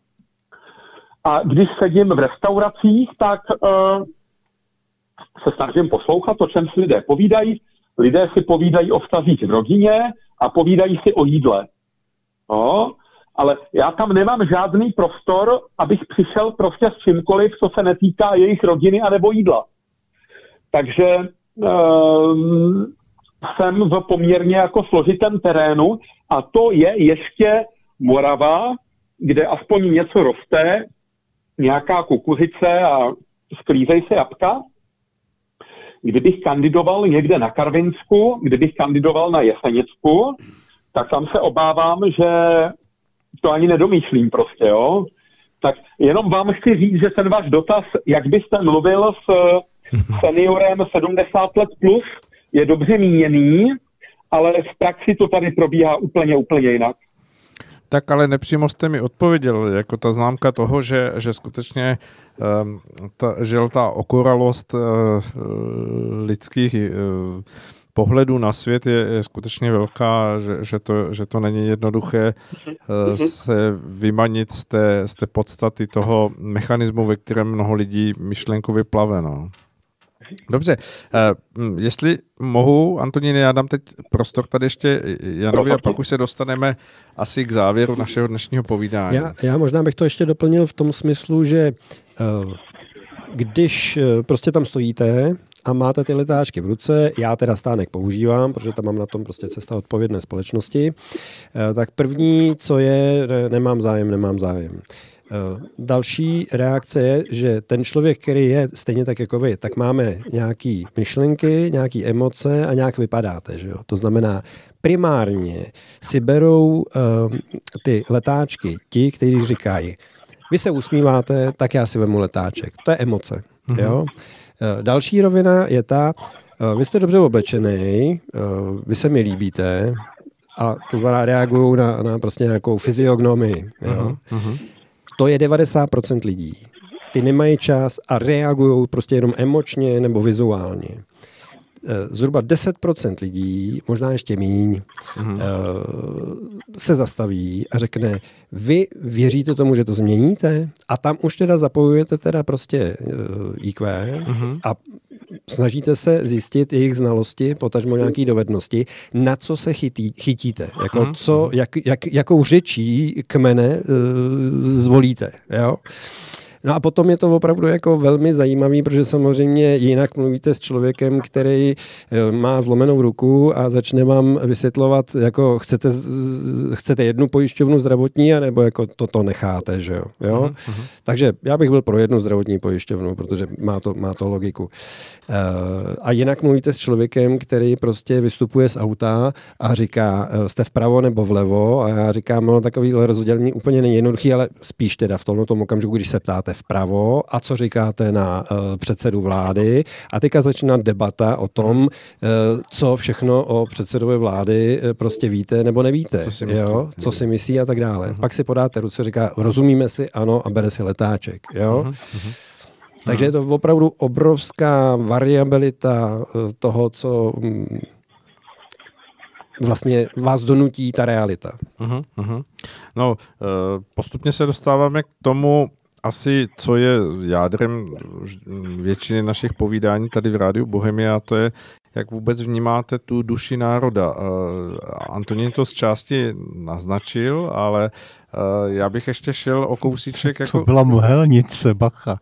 A když sedím v restauracích, tak uh, se snažím poslouchat, o čem si lidé povídají. Lidé si povídají o vztazích v rodině a povídají si o jídle. No, ale já tam nemám žádný prostor, abych přišel prostě s čímkoliv, co se netýká jejich rodiny anebo jídla. Takže um, jsem v poměrně jako složitém terénu a to je ještě Morava, kde aspoň něco roste, nějaká kukuřice a sklízej se jabka. Kdybych kandidoval někde na Karvinsku, kdybych kandidoval na Jesenicku, tak tam se obávám, že to ani nedomýšlím prostě, jo. Tak jenom vám chci říct, že ten váš dotaz, jak byste mluvil s seniorem sedmdesát let plus, je dobře míněný, ale v praxi to tady probíhá úplně, úplně jinak. Tak ale nepřímo jste mi odpověděl, jako ta známka toho, že, že skutečně um, ta, že ta okoralost uh, lidských uh, pohledů na svět je, je skutečně velká, že, že, to, že to není jednoduché uh, se vymanit z té, z té podstaty toho mechanismu, ve kterém mnoho lidí myšlenkově plave. No. Dobře, uh, jestli mohu, Antoníne, já dám teď prostor tady ještě Janovi a pak už se dostaneme asi k závěru našeho dnešního povídání. Já, já možná bych to ještě doplnil v tom smyslu, že uh, když uh, prostě tam stojíte a máte ty letáčky v ruce, já teda stánek používám, protože tam mám na tom prostě cesta odpovědné společnosti, uh, tak první, co je, nemám zájem, nemám zájem. Další reakce je, že ten člověk, který je stejně tak jako vy, tak máme nějaké myšlenky, nějaké emoce a nějak vypadáte. Že jo? To znamená, primárně si berou uh, ty letáčky ti, kteří říkají, vy se usmíváte, tak já si vemu letáček. To je emoce. Mm-hmm. Jo? Uh, další rovina je ta, uh, vy jste dobře oblečený, uh, vy se mi líbíte a to znamená reagují na, na prostě nějakou fyziognomii. Jo? Mm-hmm. To je devadesát procent lidí. Ty nemají čas a reagují prostě jenom emočně nebo vizuálně. Zhruba deset procent lidí, možná ještě míň, mm. se zastaví a řekne, vy věříte tomu, že to změníte? A tam už teda zapojujete teda prostě í kvé mm. a snažíte se zjistit jejich znalosti, potažmo nějaké dovednosti, na co se chytí, chytíte. Jako mm. co, jak, jak, jakou řečí kmene zvolíte. Jo? No a potom je to opravdu jako velmi zajímavý, protože samozřejmě jinak mluvíte s člověkem, který má zlomenou ruku a začne vám vysvětlovat, jako chcete, chcete jednu pojišťovnu zdravotní, anebo jako toto necháte, že jo. jo? Uh-huh. Takže já bych byl pro jednu zdravotní pojišťovnu, protože má to, má to logiku. A jinak mluvíte s člověkem, který prostě vystupuje z auta a říká, jste vpravo nebo vlevo, a já říkám, no takovýhle rozdělení úplně není jednoduchý, ale spíš teda v tomto okamžiku, když se ptáte vpravo a co říkáte na uh, předsedu vlády. A teďka začíná debata o tom, uh, co všechno o předsedovi vlády uh, prostě víte nebo nevíte. Co si myslí, jo? Co si myslí a tak dále. Uh-huh. Pak si podáte ruce, říká, rozumíme si, ano, a bere si letáček. Jo? Uh-huh. Uh-huh. Takže je to opravdu obrovská variabilita uh, toho, co um, vlastně vás donutí ta realita. Uh-huh. Uh-huh. No, uh, postupně se dostáváme k tomu, asi, co je jádrem většiny našich povídání tady v Rádiu Bohemia, a to je, jak vůbec vnímáte tu duši národa. Uh, Antonín to z části naznačil, ale uh, já bych ještě šel o kousíček. Jako... To byla Mohelnice, bacha.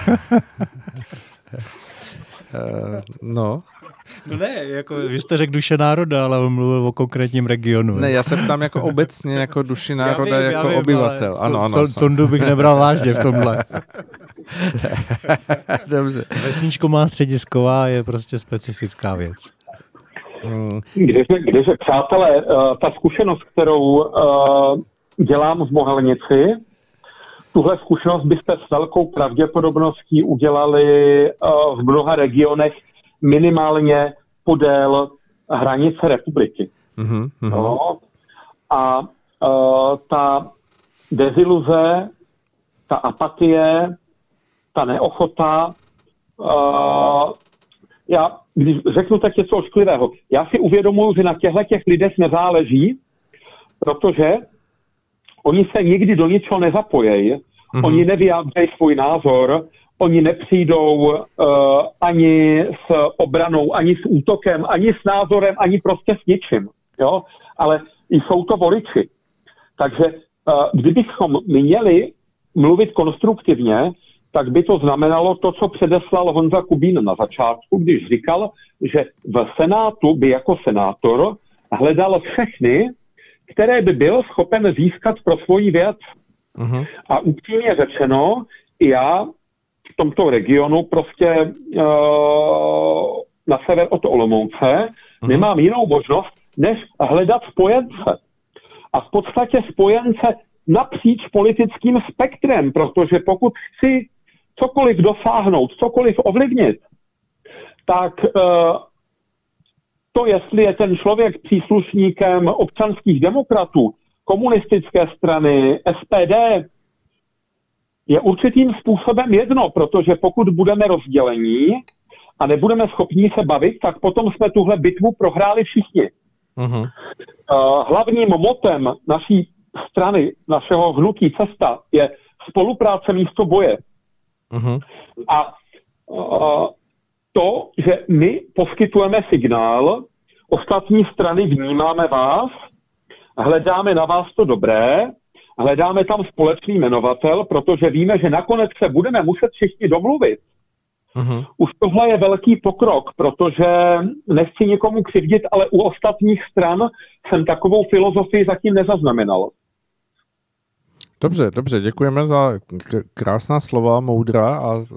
uh, no... No ne, jako vy jste řekl duše národa, ale on mluvil o konkrétním regionu. Ne, já jsem tam jako obecně jako duši národa, vím, jako vím, obyvatel. Ano, to, ano. To, Tondu bych nebral vážně v tomhle. Dobře. Vesničko má středisková, je prostě specifická věc. Hmm. Když, když, přátelé, ta zkušenost, kterou dělám v Mohelnici, tuhle zkušenost byste s velkou pravděpodobností udělali v mnoha regionech minimálně podél hranice republiky. Mm-hmm. No, a ta deziluze, ta apatie, ta neochota. Uh, já, když řeknu tak něco ošklivého, já si uvědomuji, že na těchto těch lidech nezáleží, protože oni se nikdy do ničeho nezapojejí, mm-hmm. oni nevyjádřejí svůj názor, oni nepřijdou uh, ani s obranou, ani s útokem, ani s názorem, ani prostě s ničím. Jo? Ale jsou to voliči. Takže uh, kdybychom měli mluvit konstruktivně, tak by to znamenalo to, co předeslal Honza Kubín na začátku, když říkal, že v Senátu by jako senátor hledal všechny, které by byl schopen získat pro svoji věc. Uh-huh. A upřímně řečeno, já v tomto regionu prostě uh, na sever od Olomouce uh-huh. nemám jinou možnost, než hledat spojence. A v podstatě spojence napříč politickým spektrem, protože pokud chci cokoliv dosáhnout, cokoliv ovlivnit, tak uh, to, jestli je ten člověk příslušníkem občanských demokratů, komunistické strany, S P D, je určitým způsobem jedno, protože pokud budeme rozdělení a nebudeme schopni se bavit, tak potom jsme tuhle bitvu prohráli všichni. Uh-huh. Uh, hlavním motem naší strany, našeho hnutí Cesta je spolupráce místo boje. Uh-huh. A uh, to, že my poskytujeme signál, ostatní strany vnímáme vás, hledáme na vás to dobré, hledáme tam společný jmenovatel, protože víme, že nakonec se budeme muset všichni domluvit. Uh-huh. Už tohle je velký pokrok, protože nechci nikomu křivdit, ale u ostatních stran jsem takovou filozofii zatím nezaznamenal. Dobře, dobře, děkujeme za krásná slova, moudra a uh,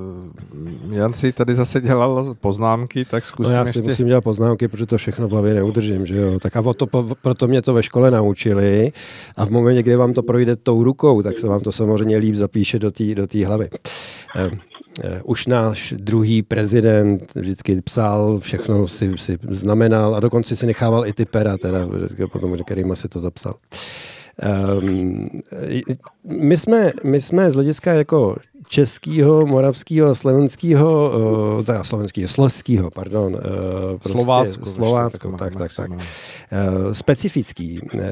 Jan si tady zase dělal poznámky, tak zkusím. No já si ještě... musím dělat poznámky, protože to všechno v hlavě neudržím, že jo. Tak a to, proto mě to ve škole naučili a v momentě, kdy vám to projde tou rukou, tak se vám to samozřejmě líp zapíše do té do té hlavy. Uh, uh, už náš druhý prezident vždycky psal, všechno si, si znamenal a dokonce si nechával i ty pera, teda, potom, kterýma si to zapsal. Um, my, jsme, my jsme z hlediska jako českého, moravského, slovenského, uh, teda slovenského, slezského, pardon, uh, prostě Slovácko, Slovácko, tak, tak, tak, uh, specifický. Uh,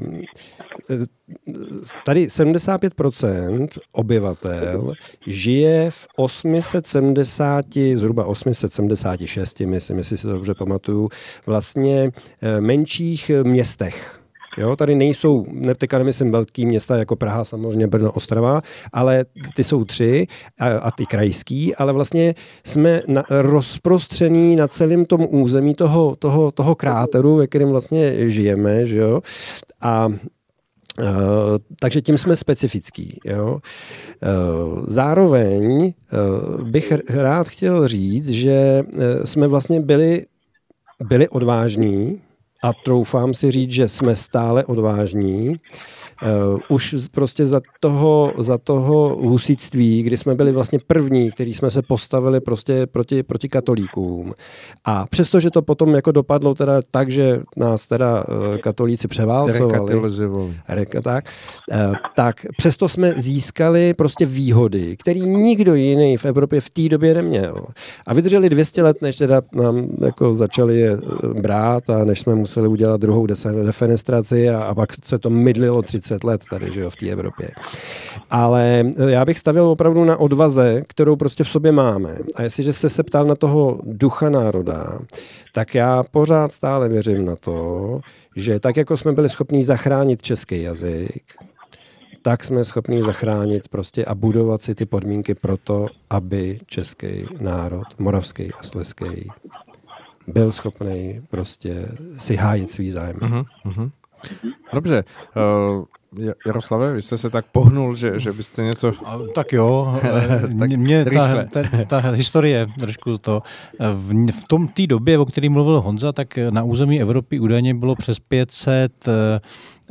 tady sedmdesát pět procent obyvatel žije v osm set sedmdesát, zhruba osm set sedmdesát šest, myslím, jestli si to dobře pamatuju, vlastně menších městech. Jo, tady nejsou, ne, teďka nemyslím velký města jako Praha, samozřejmě Brno, Ostrava, ale ty jsou tři a, a ty krajský, ale vlastně jsme na, rozprostření na celém tom území toho, toho, toho kráteru, ve kterém vlastně žijeme, že jo, a Uh, takže tím jsme specifický. Jo. Uh, zároveň uh, bych rád chtěl říct, že uh, jsme vlastně byli, byli odvážní a troufám si říct, že jsme stále odvážní. Uh, už prostě za toho, za toho husitství, kdy jsme byli vlastně první, který jsme se postavili prostě proti, proti katolíkům. A přestože to potom jako dopadlo teda tak, že nás teda uh, katolíci převálcovali, reka, tak, uh, tak přesto jsme získali prostě výhody, které nikdo jiný v Evropě v té době neměl. A vydrželi dvě stě let, než teda nám jako začali je brát a než jsme museli udělat druhou defenestraci a, a pak se to mydlilo třicet let tady, že jo, v té Evropě. Ale já bych stavil opravdu na odvaze, kterou prostě v sobě máme. A jestliže jste se ptal na toho ducha národa, tak já pořád stále věřím na to, že tak, jako jsme byli schopni zachránit český jazyk, tak jsme schopni zachránit prostě a budovat si ty podmínky pro to, aby český národ, moravský a slezský, byl schopný prostě si hájit svý zájmy. Uh-huh, uh-huh. Dobře. Uh... Jaroslave, vy jste se tak pohnul, že, že byste něco... Tak jo, tak mě ta, ta, ta historie trošku to... V, v tom té době, o které mluvil Honza, tak na území Evropy údajně bylo přes pět set eh,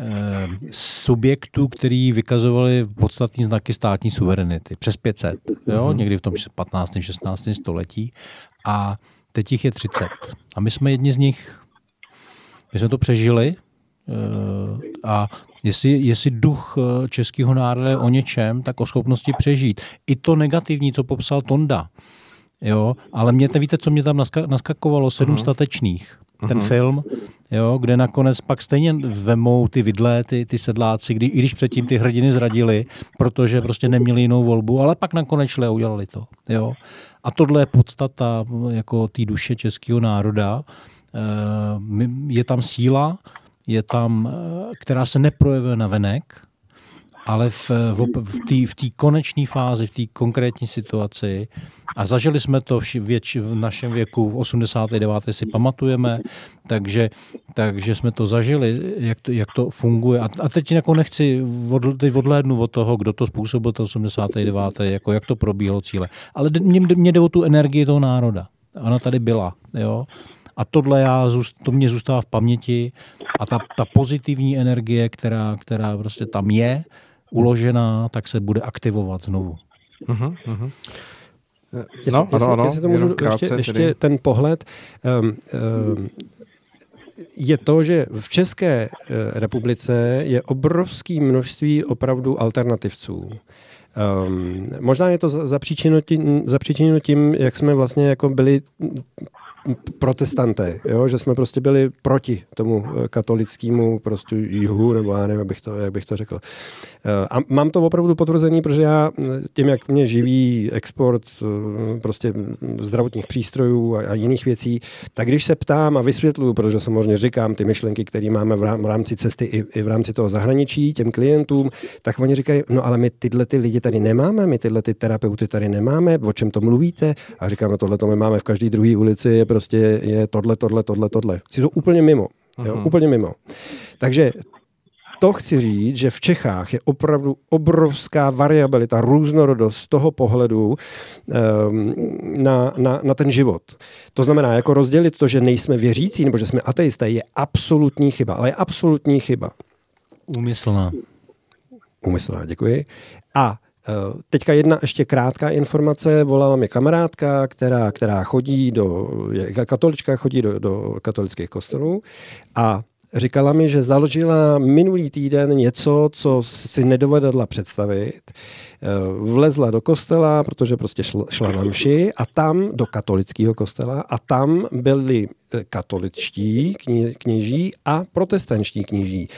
subjektů, který vykazovali podstatní znaky státní suverenity. Přes pět set, jo, někdy v tom patnáctém šestnáctém století. A teď jich je třicet. A my jsme jedni z nich. My jsme to přežili, A jestli, jestli duch českého národa je o něčem, tak o schopnosti přežít. I to negativní, co popsal Tonda. Jo, ale mě, víte, co mě tam naska, naskakovalo? Sedm uh-huh. statečných. Ten uh-huh. film, jo, kde nakonec pak stejně vemou ty vidlé, ty, ty sedláci, kdy, i když předtím ty hrdiny zradili, protože prostě neměli jinou volbu, ale pak nakonec šli a udělali to. Jo. A tohle je podstata jako té duše českého národa. Je tam síla, je tam, která se neprojevuje na venek, ale v, v té v té konečné fázi, v té konkrétní situaci. A zažili jsme to v, věč, v našem věku, v osmdesátém devátém si pamatujeme, takže, takže jsme to zažili, jak to, jak to funguje. A, a teď jako nechci, od, teď odhlédnu od toho, kdo to způsobil, to osmdesátém devátém jako jak to probíhalo cíle. Ale mě, mě jde o tu energii toho národa. Ona tady byla, jo. A tohle já, to mě zůstává v paměti a ta, ta pozitivní energie, která, která prostě tam je, uložená, tak se bude aktivovat znovu. Uh-huh, uh-huh. Jestli, no, jestli, ano, jestli to můžu krátce, ještě, ještě ten pohled. Um, um, je to, že v České republice je obrovské množství opravdu alternativců. Um, možná je to zapříčiněno tím, zapříčiněno tím, jak jsme vlastně jako byli protestanté, jo? Že jsme prostě byli proti tomu katolickému prostě jihu, nebo já nevím, jak bych to, jak bych to řekl. A mám to opravdu potvrzený, protože já tím, jak mě živí export prostě zdravotních přístrojů a, a jiných věcí, tak když se ptám a vysvětluju, protože samozřejmě říkám ty myšlenky, které máme v rámci cesty i, i v rámci toho zahraničí těm klientům, tak oni říkají, no ale my tyhle ty lidi tady nemáme, my tyhle ty terapeuty tady nemáme, o čem to mluvíte? A říkáme, tohle to my máme v každé druhé ulici, je prostě je tohle, tohle, tohle, tohle. Chci to úplně mimo. Jo? Uh-huh. Úplně mimo. Takže to chci říct, že v Čechách je opravdu obrovská variabilita, různorodost z toho pohledu um, na, na, na ten život. To znamená, jako rozdělit to, že nejsme věřící nebo že jsme ateisté, je absolutní chyba, ale je absolutní chyba. Úmyslná. Úmyslná, děkuji. A teďka jedna ještě krátká informace. Volala mi kamarádka, která, která chodí do, je katolička, chodí do, do katolických kostelů a říkala mi, že založila minulý týden něco, co si nedovedla představit. Vlezla do kostela, protože prostě šla, šla na mši a tam do katolického kostela a tam byli katoličtí kni, kněží a protestantští kněží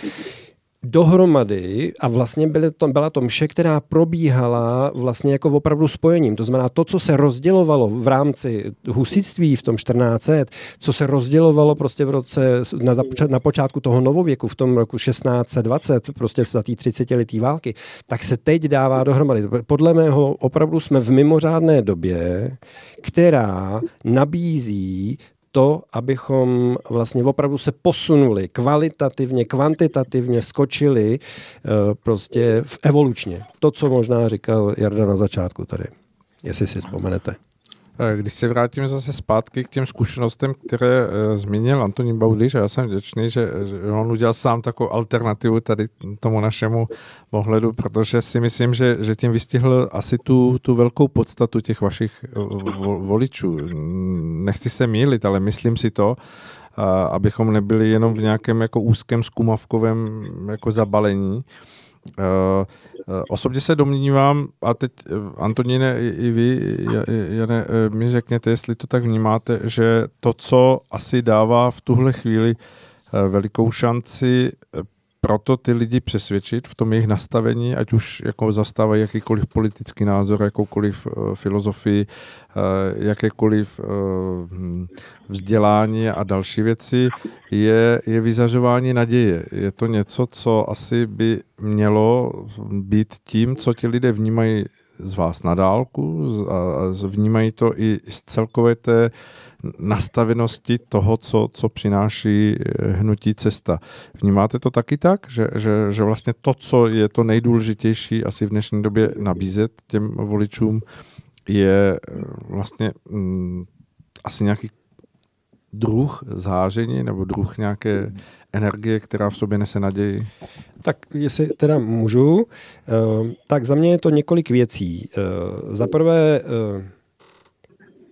dohromady a vlastně byly to, byla to mše, která probíhala vlastně jako opravdu spojením. To znamená to, co se rozdělovalo v rámci husitství v tom čtrnáct set, co se rozdělovalo prostě v roce na, na počátku toho novověku, v tom roku šestnáct dvacet, prostě za té třicetileté války, tak se teď dává dohromady. Podle mého opravdu jsme v mimořádné době, která nabízí to, abychom vlastně opravdu se posunuli kvalitativně, kvantitativně, skočili uh, prostě v evolučně. To, co možná říkal Jarda na začátku tady, jestli si vzpomenete. Když se vrátíme zase zpátky k těm zkušenostem, které e, zmínil Antonín Baudyš, já jsem vděčný, že, že on udělal sám takovou alternativu tady tomu našemu pohledu, protože si myslím, že, že tím vystihl asi tu, tu velkou podstatu těch vašich vo, voličů. Nechci se mýlit, ale myslím si to, a, abychom nebyli jenom v nějakém jako úzkém skumavkovém jako zabalení. Uh, uh, osobně se domnívám, a teď uh, Antoníne i, i vy, Jane, uh, mi řekněte, jestli to tak vnímáte, že to, co asi dává v tuhle chvíli uh, velikou šanci uh, proto ty lidi přesvědčit v tom jejich nastavení, ať už jako zastávají jakýkoliv politický názor, jakoukoliv uh, filozofii, uh, jakékoliv uh, vzdělání a další věci, je, je vyzařování naděje. Je to něco, co asi by mělo být tím, co ti lidé vnímají z vás na dálku a vnímají to i z celkové té nastavenosti toho, co, co přináší hnutí Cesta. Vnímáte to taky tak, že, že, že vlastně to, co je to nejdůležitější asi v dnešní době nabízet těm voličům, je vlastně mm, asi nějaký druh záření nebo druh nějaké energie, která v sobě nese naději? Tak jestli teda můžu, tak za mě je to několik věcí. Za prvé,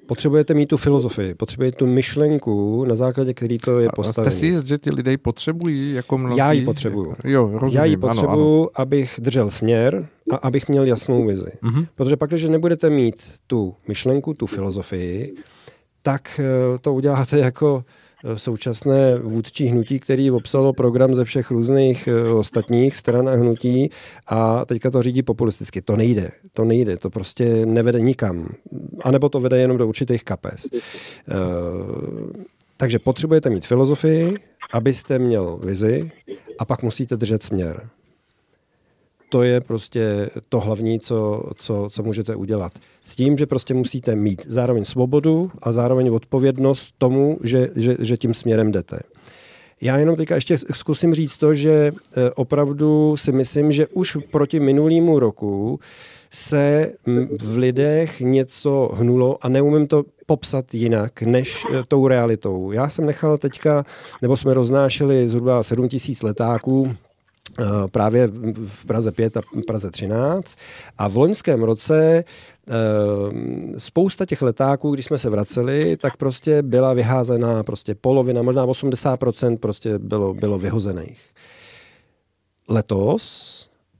Potřebujete mít tu filozofii, potřebujete tu myšlenku, na základě který to je postavené. Jste si jist, že ty lidé potřebují jako mnozí? Já ji potřebuju. Jo, rozumím. Já ji potřebuju, ano, ano. abych držel směr a abych měl jasnou vizi. Mm-hmm. Protože pak, když nebudete mít tu myšlenku, tu filozofii, tak to uděláte jako současné vůdčí hnutí, který obsalo program ze všech různých ostatních stran a hnutí a teďka to řídí populisticky. To nejde. To nejde. To prostě nevede nikam. A nebo to vede jenom do určitých kapes. Uh, takže potřebujete mít filozofii, abyste měl vizi a pak musíte držet směr. To je prostě to hlavní, co, co, co můžete udělat. S tím, že prostě musíte mít zároveň svobodu a zároveň odpovědnost tomu, že, že, že tím směrem jdete. Já jenom teďka ještě zkusím říct to, že opravdu si myslím, že už proti minulýmu roku se v lidech něco hnulo a neumím to popsat jinak než tou realitou. Já jsem nechal teďka, nebo jsme roznášeli zhruba sedm tisíc letáků právě v Praze pět a Praze třináct. A v loňském roce spousta těch letáků, když jsme se vraceli, tak prostě byla vyházená prostě polovina, možná osmdesát procent prostě bylo, bylo vyhozených. Letos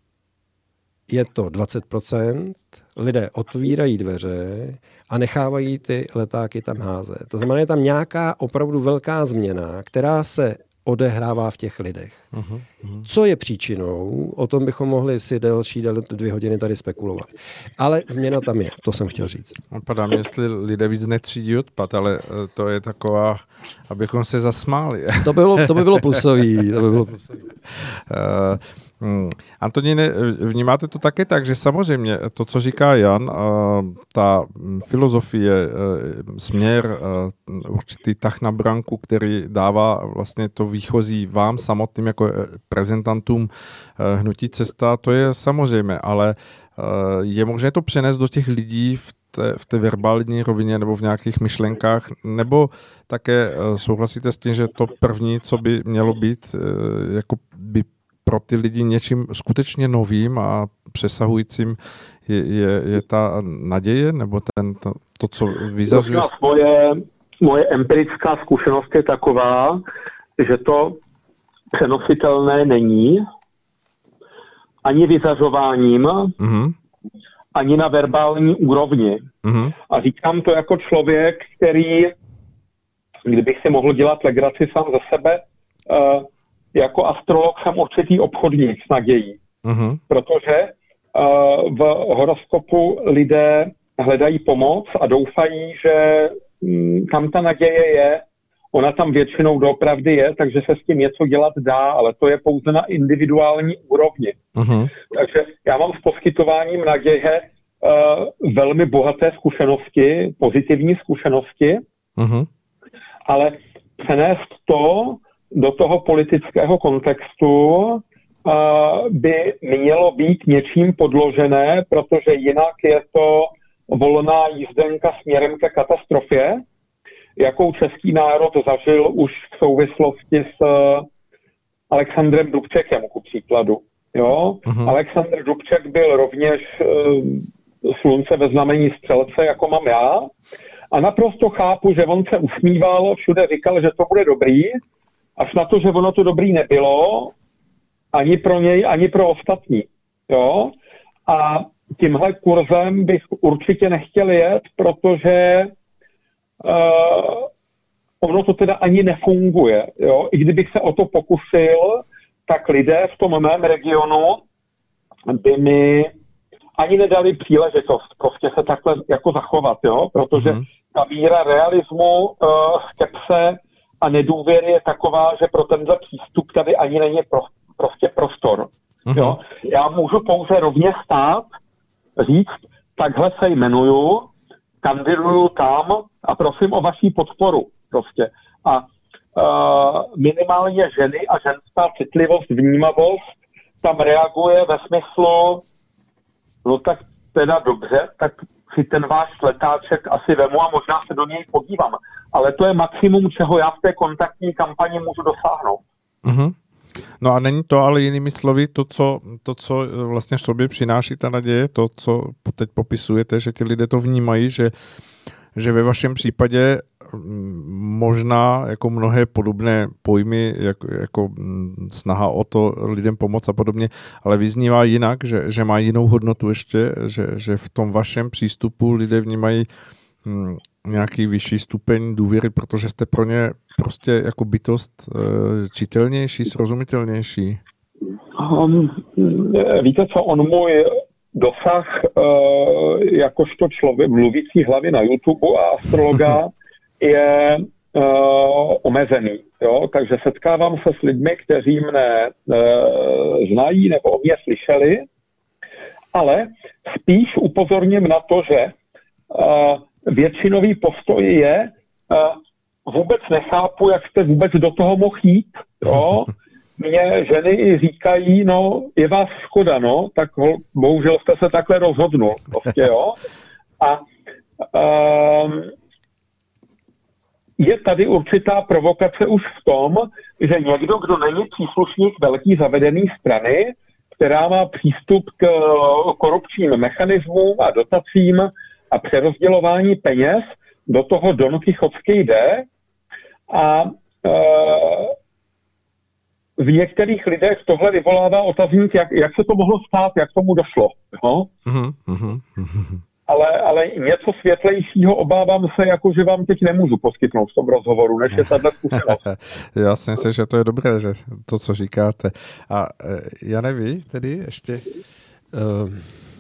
je to dvacet procent, lidé otvírají dveře a nechávají ty letáky tam házet. To znamená, je tam nějaká opravdu velká změna, která se odehrává v těch lidech. Uh-huh, uh-huh. Co je příčinou, o tom bychom mohli si delší dvě hodiny tady spekulovat. Ale změna tam je, to jsem chtěl říct. Napadá mě, jestli lidé víc netřídí odpad, ale to je taková, abychom se zasmáli. To by bylo, to by bylo plusový. To by bylo plusový. uh, Hmm. Antoníne, vnímáte to také tak, že samozřejmě to, co říká Jan, ta filozofie, směr, určitý tah na branku, který dává vlastně to výchozí vám samotným jako prezentantům hnutí Cesta, to je samozřejmě, ale je možné to přenést do těch lidí v té, v té verbální rovině nebo v nějakých myšlenkách, nebo také souhlasíte s tím, že to první, co by mělo být, jako by pro ty lidi něčím skutečně novým a přesahujícím je, je, je ta naděje, nebo ten, to, to co vyzařuje? Moje, moje empirická zkušenost je taková, že to přenositelné není ani vyzařováním, mm-hmm. ani na verbální úrovni. Mm-hmm. A říkám to jako člověk, který, kdybych si mohl dělat legraci sám ze sebe, uh, jako astrolog jsem určitý obchodník s nadějí, uh-huh. protože uh, v horoskopu lidé hledají pomoc a doufají, že um, tam ta naděje je, ona tam většinou doopravdy je, takže se s tím něco dělat dá, ale to je pouze na individuální úrovni. Uh-huh. Takže já mám s poskytováním naděje uh, velmi bohaté zkušenosti, pozitivní zkušenosti, uh-huh. ale přenést to do toho politického kontextu uh, by mělo být něčím podložené, protože jinak je to volná jízdenka směrem ke katastrofě, jakou český národ zažil už v souvislosti s uh, Alexandrem Dubčekem, ku příkladu. Jo? Uh-huh. Alexandr Dubček byl rovněž uh, slunce ve znamení střelce, jako mám já, a naprosto chápu, že on se usmíval, všude říkal, že to bude dobrý, až na to, že ono to dobrý nebylo, ani pro něj, ani pro ostatní. Jo? A tímhle kurzem bych určitě nechtěl jet, protože uh, ono to teda ani nefunguje. Jo? I kdybych se o to pokusil, tak lidé v tom mém regionu by mi ani nedali příležitost prostě se takhle jako zachovat, jo? Protože mm. ta míra realismu, uh, skepse a nedůvěry je taková, že pro tenhle přístup tady ani není pro, prostě prostor. Uh-huh. Jo? Já můžu pouze rovně stát, říct, takhle se jmenuju, kandiduju tam a prosím o vaší podporu. Prostě. A uh, minimálně ženy a ženská citlivost, vnímavost tam reaguje ve smyslu, no tak teda dobře, tak si ten váš letáček asi vemu a možná se do něj podívám. Ale to je maximum, čeho já v té kontaktní kampani můžu dosáhnout. Mm-hmm. No a není to ale jinými slovy to, co, to, co vlastně sobě přináší ta naděje, to, co teď popisujete, že ti lidé to vnímají, že, že ve vašem případě možná jako mnohé podobné pojmy, jako, jako snaha o to lidem pomoct a podobně, ale vyznívá jinak, že, že má jinou hodnotu ještě, že, že v tom vašem přístupu lidé vnímají hm, nějaký vyšší stupeň důvěry, protože jste pro ně prostě jako bytost e, čitelnější, srozumitelnější. Um, víte co, on můj dosah uh, jakožto člověk mluvící hlavy na YouTube a astrologa je uh, omezený. Jo? Takže setkávám se s lidmi, kteří mne uh, znají nebo o mě slyšeli, ale spíš upozorním na to, že uh, většinový postoj je uh, vůbec nechápu, jak jste vůbec do toho mohl jít. Jo? Mě ženy i říkají, no je vás škoda, no, tak ho, bohužel jste se takhle rozhodnul. Prostě, jo? A um, je tady určitá provokace už v tom, že někdo, kdo není příslušník velký zavedený strany, která má přístup k korupčním mechanismům a dotacím a přerozdělování peněz, do toho Don Kichotsky jde a uh, v některých lidech tohle vyvolává otazník, jak, jak se to mohlo stát, jak tomu došlo. No? Mm-hmm, mm-hmm. Ale, ale něco světlejšího obávám se, jako že vám teď nemůžu poskytnout v tom rozhovoru, než je tato zkušenost. Já si myslím, že to je dobré, že to, co říkáte. A já neví, tedy ještě... Uh...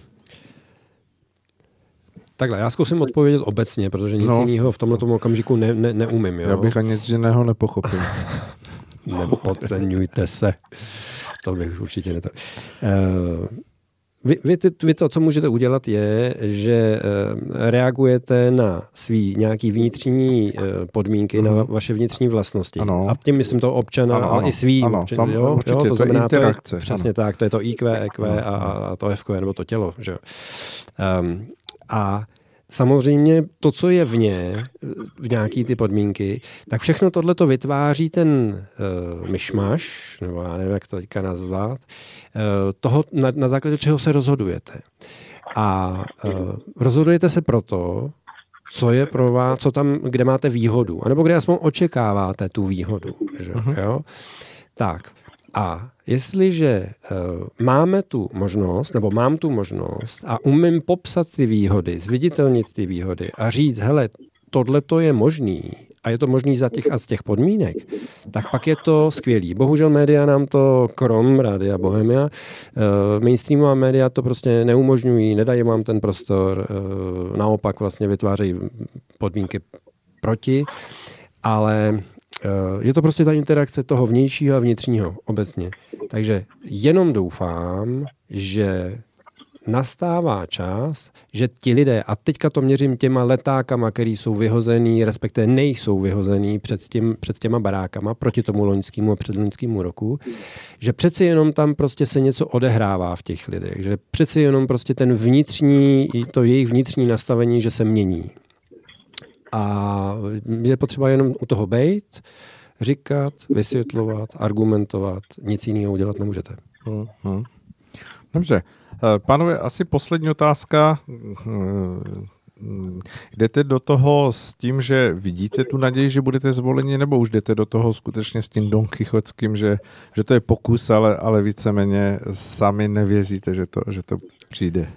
Takhle, já zkusím odpovědět obecně, protože nic no. jiného v tomto okamžiku ne, ne, neumím. Jo? Já bych ani nic jiného nepochopil. Nepodceňujte se. To bych určitě neto... Uh, vy, vy, ty, vy to, co můžete udělat, je, že uh, reagujete na svý nějaký vnitřní uh, podmínky, mm. na vaše vnitřní vlastnosti. Ano. A tím myslím to občana, ano, ale ano. i svý. Ano, občan, sam, jo, určitě, jo, to, to znamená, je interakce. To je, přesně ano. tak, to je to í kvé, é kvé a, a to ef kvé, nebo to tělo. Že? Um, a samozřejmě to, co je vně, v nějaký ty podmínky, tak všechno tohle to vytváří ten uh, myšmaš, nebo já nevím, jak to teďka nazvat, uh, toho, na, na základě čeho se rozhodujete. A uh, rozhodujete se proto, co je pro vás, co tam, kde máte výhodu, anebo kde aspoň očekáváte tu výhodu. Že? Uh-huh. Jo? Tak. A jestliže uh, máme tu možnost, nebo mám tu možnost a umím popsat ty výhody, zviditelnit ty výhody a říct, hele, tohle to je možný a je to možný za těch a z těch podmínek, tak pak je to skvělý. Bohužel média nám to, krom Rádia Bohemia, uh, mainstreamová média to prostě neumožňují, nedají vám ten prostor, uh, naopak vlastně vytvářejí podmínky proti, ale je to prostě ta interakce toho vnějšího a vnitřního obecně. Takže jenom doufám, že nastává čas, že ti lidé, a teďka to měřím těma letákama, který jsou vyhozený, respektive nejsou vyhozený před, tím, před těma barákama proti tomu loňskému a předloňskému roku, že přeci jenom tam prostě se něco odehrává v těch lidech, že přeci jenom prostě ten vnitřní, to jejich vnitřní nastavení, že se mění. A je potřeba jenom u toho bejt, říkat, vysvětlovat, argumentovat, nic jiného udělat nemůžete. Hmm. Dobře. Pánové, asi poslední otázka. Jdete do toho s tím, že vidíte tu naději, že budete zvoleni, nebo už jdete do toho skutečně s tím Don Kichotským, že, že to je pokus, ale, ale víceméně sami nevěříte, že to, že to přijde?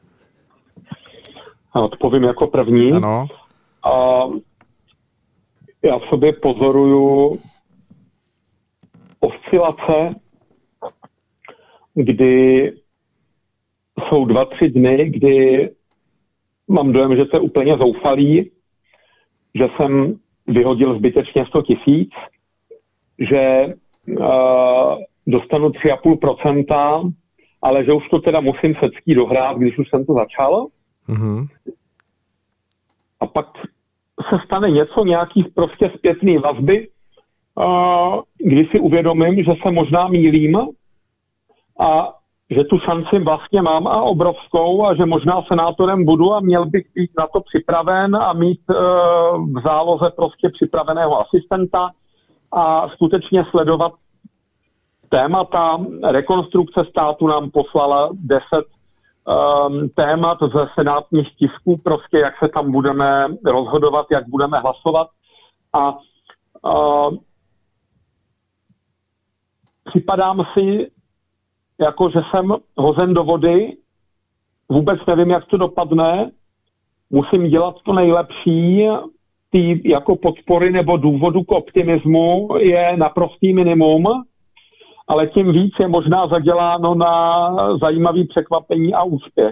A odpovím jako první. Ano. A já v sobě pozoruju oscilace, kdy jsou dva, tři dny, kdy mám dojem, že to je úplně zoufalý, že jsem vyhodil zbytečně sto tisíc, že uh, dostanu tři a půl procenta, ale že už to teda musím secký dohrát, když už jsem to začal. Mm-hmm. A pak se stane něco, nějaký prostě zpětný vazby, když si uvědomím, že se možná mýlím a že tu šanci vlastně mám a obrovskou a že možná senátorem budu a měl bych být na to připraven a mít v záloze prostě připraveného asistenta a skutečně sledovat témata. Rekonstrukce státu nám poslala deset um, témat ze senátních tisků, prostě jak se tam budeme rozhodovat, jak budeme hlasovat. A uh, připadám si, jako že jsem hozen do vody, vůbec nevím, jak to dopadne, musím dělat to nejlepší, ty jako podpory nebo důvodu k optimismu je naprostý minimum, ale tím víc je možná zaděláno na zajímavý překvapení a úspěch.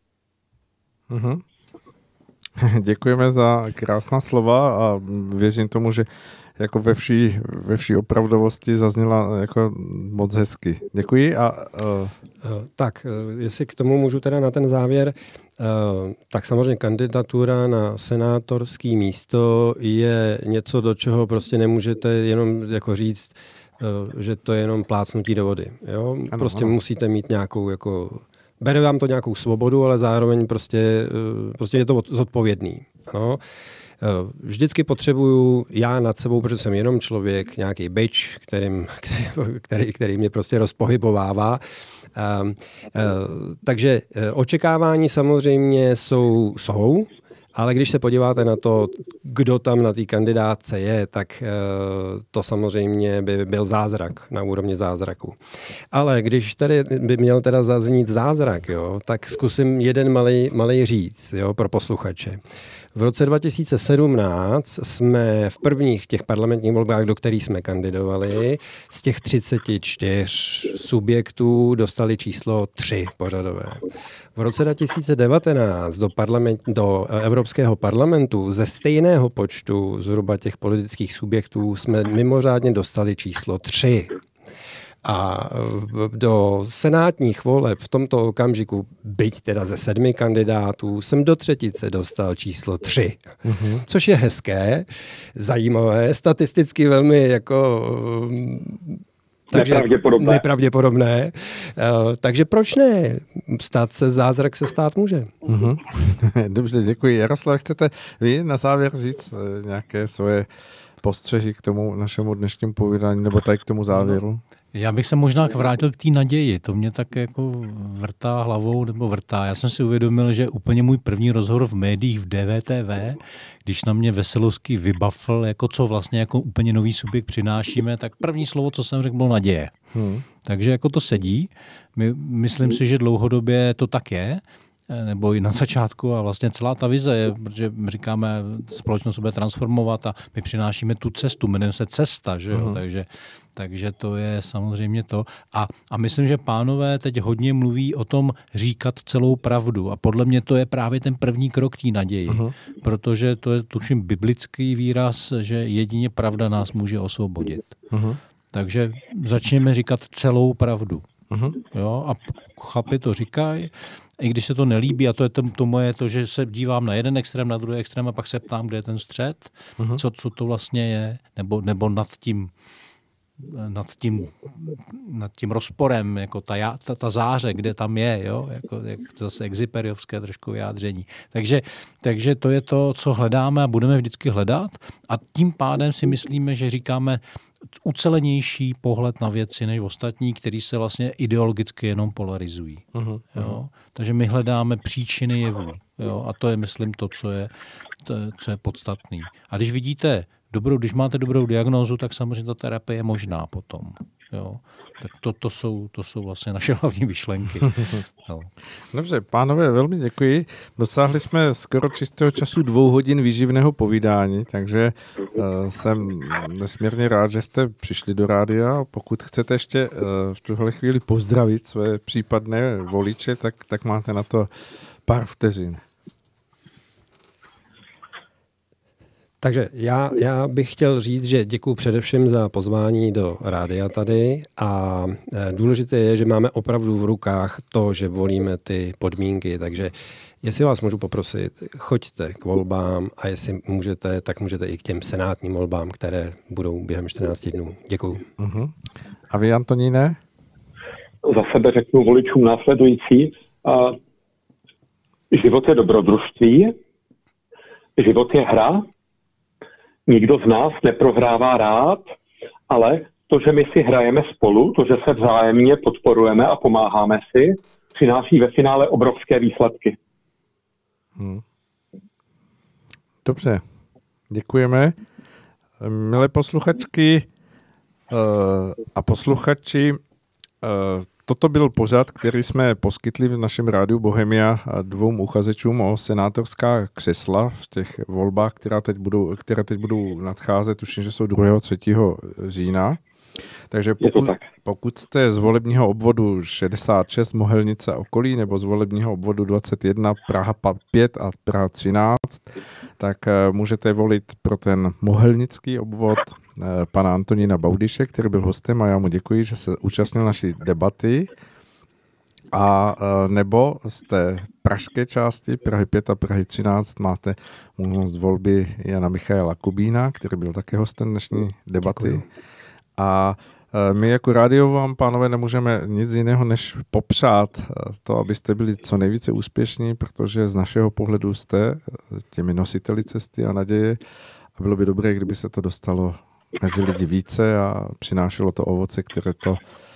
Mm-hmm. Děkujeme za krásná slova a věřím tomu, že jako ve vší, ve vší opravdovosti zazněla jako moc hezky. Děkuji a... Uh... Tak, jestli k tomu můžu teda na ten závěr, tak samozřejmě kandidatura na senátorský místo je něco, do čeho prostě nemůžete jenom jako říct, že to je jenom plácnutí do vody. Jo? Ano, prostě ano. musíte mít nějakou jako... Bere vám to nějakou svobodu, ale zároveň prostě, prostě je to zodpovědný. Ano? Vždycky potřebuju já nad sebou, protože jsem jenom člověk, nějaký bič, kterým, který, který, který mě prostě rozpohybovává. Uh, uh, takže uh, očekávání samozřejmě jsou, jsou, ale když se podíváte na to, kdo tam na té kandidátce je, tak uh, to samozřejmě by byl zázrak na úrovni zázraku. Ale když tady by měl teda zaznít zázrak, jo, tak zkusím jeden malej, malej říct, jo, pro posluchače. V roce dva tisíce sedmnáct jsme v prvních těch parlamentních volbách, do kterých jsme kandidovali, z těch třiceti čtyř subjektů dostali číslo tři pořadové. V roce dva tisíce devatenáct do, parlament, do Evropského parlamentu ze stejného počtu zhruba těch politických subjektů jsme mimořádně dostali číslo tři. A do senátních voleb v tomto okamžiku, byť teda ze sedmi kandidátů, jsem do třetice dostal číslo tři. Mm-hmm. Což je hezké, zajímavé, statisticky velmi jako... Takže nepravděpodobné. nepravděpodobné. Uh, takže proč ne? Stát se, zázrak se stát může. Mm-hmm. Dobře, děkuji. Jaroslav, chcete vy na závěr říct nějaké svoje postřehy k tomu našemu dnešnímu povídání, nebo tady k tomu závěru? Já bych se možná vrátil k té naději. To mě tak jako vrtá hlavou, nebo vrtá. Já jsem si uvědomil, že úplně můj první rozhovor v médiích v D V T V, když na mě Veselovský vybafl, jako co vlastně jako úplně nový subjekt přinášíme, tak první slovo, co jsem řekl, bylo naděje. Hmm. Takže jako to sedí. My, myslím si, že dlouhodobě to tak je, nebo i na začátku a vlastně celá ta vize je, protože my říkáme, společnost se bude transformovat a my přinášíme tu cestu, jmenujeme se cesta, že jo, uh-huh. takže, takže to je samozřejmě to. A, a myslím, že pánové teď hodně mluví o tom říkat celou pravdu a podle mě to je právě ten první krok té naději, uh-huh. protože to je tuším biblický výraz, že jedině pravda nás může osvobodit. Uh-huh. Takže začněme říkat celou pravdu. Uh-huh. Jo, a chlapi to říkají, i když se to nelíbí, a to je to, to moje, to, že se dívám na jeden extrém, na druhý extrém a pak se ptám, kde je ten střed, uh-huh. co, co to vlastně je, nebo, nebo nad tím nad tím, nad tím rozporem, jako ta, ta, ta záře, kde tam je, jo? Jako, jak zase exiperiovské trošku vyjádření. Takže, takže to je to, co hledáme a budeme vždycky hledat a tím pádem si myslíme, že říkáme ucelenější pohled na věci než ostatní, který se vlastně ideologicky jenom polarizují. Uh-huh, jo? Takže my hledáme příčiny jevů. Jo? A to je, myslím, to, co je, to, co je podstatný. A když vidíte dobrou, když máte dobrou diagnózu, tak samozřejmě ta terapie je možná potom. Jo? Tak to, to, jsou, to jsou vlastně naše hlavní myšlenky. No. Dobře, pánové, velmi děkuji. Dosáhli jsme skoro čistého času dvou hodin výživného povídání, takže uh, jsem nesmírně rád, že jste přišli do rádia. Pokud chcete ještě uh, v tuhle chvíli pozdravit své případné voliče, tak, tak máte na to pár vteřin. Takže já, já bych chtěl říct, že děkuji především za pozvání do rádia tady a důležité je, že máme opravdu v rukách to, že volíme ty podmínky, takže jestli vás můžu poprosit, choďte k volbám a jestli můžete, tak můžete i k těm senátním volbám, které budou během čtrnácti dnů. Děkuji. Uh-huh. A vy, Antoníne? Za sebe řeknu voličům následující. Uh, život je dobrodružství, život je hra, nikdo z nás neprohrává rád, ale to, že my si hrajeme spolu, to, že se vzájemně podporujeme a pomáháme si, přináší ve finále obrovské výsledky. Hmm. Dobře, děkujeme. Milé posluchačky a posluchači, toto byl pořad, který jsme poskytli v našem rádiu Bohemia dvou uchazečům o senátorská křesla v těch volbách, která teď budou, které teď budou nadcházet, tuším, že jsou druhého a třetího října. Takže pokud, tak. pokud jste z volebního obvodu šedesát šest Mohelnice okolí nebo z volebního obvodu dvacet jedna Praha pět a Praha třináct, tak můžete volit pro ten mohelnický obvod pana Antonína Baudyše, který byl hostem a já mu děkuji, že se účastnil naší debaty. A nebo z té pražské části Prahy pět a Prahy třináct máte možnost volby Jana Michaela Kubína, který byl také hostem dnešní debaty. Děkuji. A my jako rádio vám, pánové, nemůžeme nic jiného, než popřát to, abyste byli co nejvíce úspěšní, protože z našeho pohledu jste těmi nositeli cesty a naděje a bylo by dobré, kdyby se to dostalo mezi lidi více a přinášelo to ovoce, které to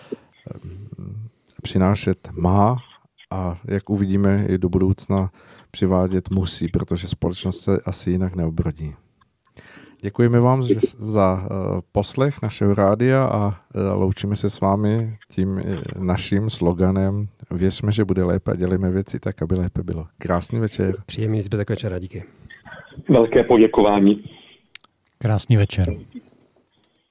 přinášet má a jak uvidíme i do budoucna přivádět musí, protože společnost se asi jinak neobrodí. Děkujeme vám za uh, poslech našeho rádia a uh, loučíme se s vámi tím uh, naším sloganem Věřme, že bude lépe a dělejme věci tak, aby lépe bylo. Krásný večer. Příjemný zbytek večera, díky. Velké poděkování. Krásný večer.